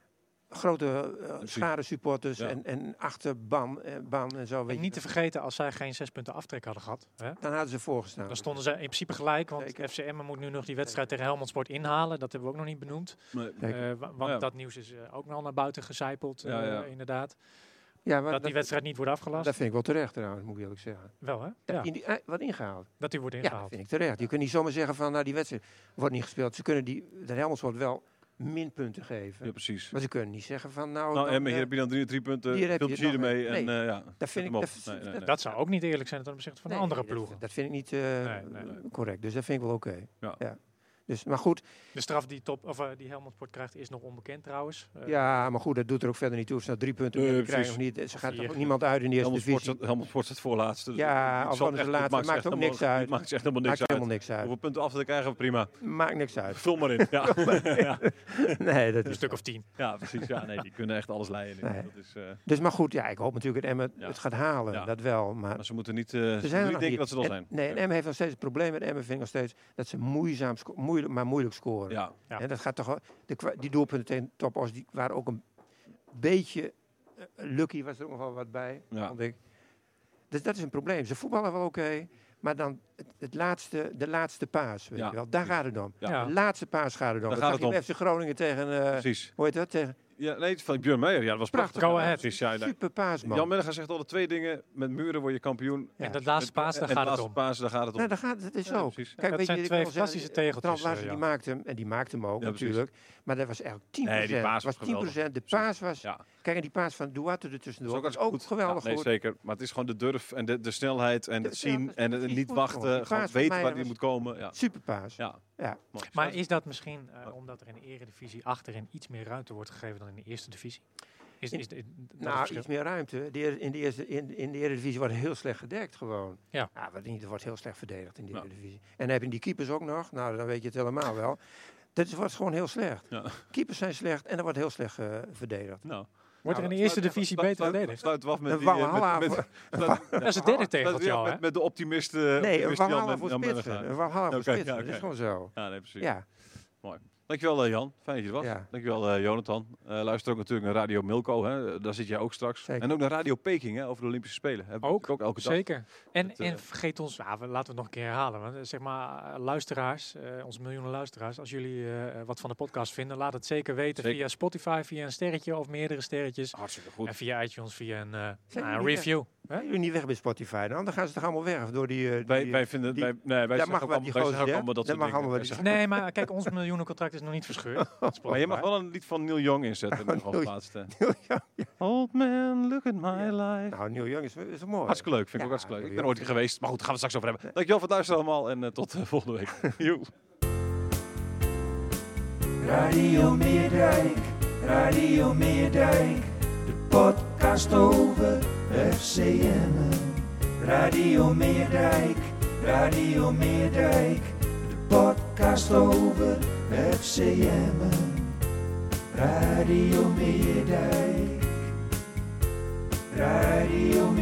grote uh, schare supporters
Ja.
en, en achterban eh, ban en zo. Weet
En
je.
niet te vergeten, als zij geen zes punten aftrek hadden gehad, hè,
Dan hadden ze voorgestaan.
dan stonden ze in principe gelijk. Want
Zeker.
F C Emmen moet nu nog die wedstrijd tegen Helmond Sport inhalen. Dat hebben we ook nog niet benoemd.
Nee.
Zeker.
Eh, wa- want
Ja.
dat nieuws is eh, ook nog naar buiten gecijpeld,
Ja,
eh,
ja.
inderdaad.
Ja, maar
Dat die wedstrijd niet wordt afgelast.
dat vind ik wel terecht trouwens, moet ik eerlijk zeggen.
Wel, hè?
Dat
Ja,
die, die, eh, wordt ingehaald.
dat die wordt
Ja, dat
ingehaald.
vind ik terecht. Je kunt niet zomaar zeggen van, nou die wedstrijd wordt niet gespeeld. Ze kunnen die, de Helmond wordt wel minpunten geven.
Ja, precies.
Maar ze kunnen niet zeggen van, nou...
Nou,
dan,
en hier
eh,
heb je dan drie, drie punten.
hier heb
Veel
je
plezier
nog
ermee.
een-
En
nee.
eh, ja,
dat vind ik...
hem op.
dat-
Nee, nee,
dat-
nee.
Dat zou ook niet eerlijk zijn ten opzichte van de
Nee,
andere
dat-
ploegen.
Dat, vind ik niet eh,
Nee, nee, nee.
correct. Dus dat vind ik wel oké.
Ja.
Dus, maar goed,
De straf die, top, of, eh, die Helmond Sport krijgt is nog onbekend trouwens. Eh,
ja, maar goed, dat doet er ook verder niet toe. Of ze nou drie punten
Nee,
meer krijgen of
precies.
niet. Ze gaat
vier.
toch ook niemand uit in de eerste
Helmond Sport,
divisie.
staat, Helmond Sport staat voorlaatste. Dus
Ja,
het
of
zal
van de
echt-
laatste,
het
maakt
echt
ook
helemaal-
niks uit.
Het maakt echt helemaal niks
Maakt
uit.
helemaal niks uit.
Hoeveel punten af te krijgen, prima.
Maakt niks uit.
Vul maar in. Ja, ja.
Nee, dat
Een
is...
stuk of tien.
ja precies. Ja, nee, die kunnen echt alles leiden.
Nee.
Dat is, eh,
Dus maar goed, ja, ik hoop natuurlijk dat Emmen
Ja.
het gaat halen.
Ja.
Dat wel, maar...
maar ze moeten niet, uh,
Ze
ze
zijn er
moeten niet
nog
denken
niet.
dat ze er al
En-
zijn.
Nee, en Emmen heeft nog steeds het probleem met Emmen vind ik nog steeds dat ze moeizaam, sco- moeilijk, maar moeilijk scoren.
Ja,
Ja.
En dat gaat toch wel- de, kwa- die doelpunten tegen Top Os die waren ook een beetje eh, lucky was er ook nog wel wat bij,
Ja.
vond ik. Dus dat is een probleem. Ze voetballen wel oké, maar dan het, het laatste, de laatste paas, weet
Ja.
je wel. Daar gaat het om.
Ja.
Ja.
De laatste paas gaat het om.
Daar
Dat
gaat
zag
het
je
om.
bij F C Groningen tegen, eh
precies.
hoe heet dat? Tegen
Ja, nee, van Björn Meijer. Ja, dat was prachtig.
Prachtig. Go
Ja,
ahead.
Precies, ja, nee.
super paas, man.
Jan Menega zegt altijd twee dingen. Met muren word je kampioen.
Ja.
En de laatste paas, daar
en
gaat
de
het
laatste
om.
paas, daar gaat het om.
Nee, daar gaat het. is
Ja,
zo.
precies.
Kijk,
Dat
weet
zijn
je, ik
twee
wil zeggen,
fantastische
eh,
tegeltjes,
Trans Larsen,
eh,
die
Jan.
maakte hem, en die maakte hem ook
Ja, precies.
natuurlijk. Maar dat was eigenlijk tien procent.
Nee, die paas
was
was
tien procent. De
geweldig.
paas was...
Ja,
Kijk, en die paas van Duarte er
dat
tussendoor
is ook,
was
hartstikke
ook
goed.
geweldig
Ja, nee,
goed.
zeker. Maar het is gewoon de durf en de, de snelheid en
De-
het
ja,
zien
dat is
en het
precies
niet
goed, jongen.
wachten.
Die
Gewoon
paas van
weten
mij
waar die
was-
moet komen. Ja,
Superpaas.
ja.
Ja.
mooi.
Maar is dat misschien uh, omdat er in de eredivisie achterin iets meer ruimte wordt gegeven dan in de eerste divisie? Is,
In-
is, is, dat
Nou,
verschil?
iets meer ruimte. De, eer- in, de eerste, in, in de Eredivisie wordt heel slecht gedekt gewoon.
Ja.
wordt niet, er wordt heel slecht verdedigd in de
Ja.
Eredivisie. En dan heb je die keepers ook nog. Nou, dan weet je het helemaal wel. Dat is, wordt gewoon heel slecht.
Ja.
Keepers zijn slecht en er wordt heel slecht eh, verdedigd.
Nou,
Wordt er in de
Nou,
eerste
sluit-
divisie
sluit-
beter
sluit-
verdedigd?
Sluiten we af met
Een
die... eh,
Valhalla
met-
voor-
met- sluit-
Dat is het derde
sluiten we
tegeltje
af
al, hè?
met, met de optimist. eh,
Nee, een
optimist Jan
Valhalla
Men-
voor
Jan
spitsen.
Menega.
Een Valhalla voor
Oké,
spitsen.
ja,
Dat is
oké.
gewoon zo.
Ja, nee, precies.
Ja.
Dankjewel eh, Jan, fijn dat je er was.
Ja.
Dankjewel eh, Jonathan. Eh, luister ook natuurlijk naar Radio Milko, hè. Daar zit jij ook straks.
Zeker.
En ook naar Radio Peking, hè, over de Olympische Spelen. Heb ik
Ook,
ook elke dag.
Zeker. En,
Het, eh,
en vergeet ons, nou, we, laten we het nog een keer herhalen. Want, eh, zeg maar, eh, luisteraars, eh, onze miljoenen luisteraars, als jullie eh, wat van de podcast vinden, laat het zeker weten
Zeker.
via Spotify, via een sterretje of meerdere sterretjes.
Hartstikke goed.
En via iTunes, via een, eh,
Zijn
nou, een
jullie
review.
Zijn jullie niet weg bij Spotify dan? Dan gaan ze toch allemaal weg door die... eh,
Wij,
die-
wij vinden,
die-
wij, nee, wij
dat
zeggen
mag
ook
wel,
allemaal,
die
wij
gozer,
zeggen ook
ja?
allemaal dat
Dat
soort
mag
dingen.
allemaal
Wij
wel.
zeggen-
Nee, maar kijk, ons miljoenencontract is nog niet verscheurd.
Maar je mag wel een lied van Neil Young inzetten.
Oh,
nog als
Neil-
laatste.
Ja.
Old man, look at my life.
Nou, Neil Young is, is mooi.
Hartstikke leuk, vind ik
Ja,
ook hartstikke leuk. Ik
Neil
ben ooit hier geweest, maar goed, daar gaan we het straks over hebben. Dankjewel voor het luisteren allemaal en eh, tot eh, volgende week. Joe.
Radio Meerdijk, Radio Meerdijk, de podcast over F C Emmen. Radio Meerdijk, Radio Meerdijk, de podcast over F C Emmen. Radio Meerdijk, Radio Meerdijk.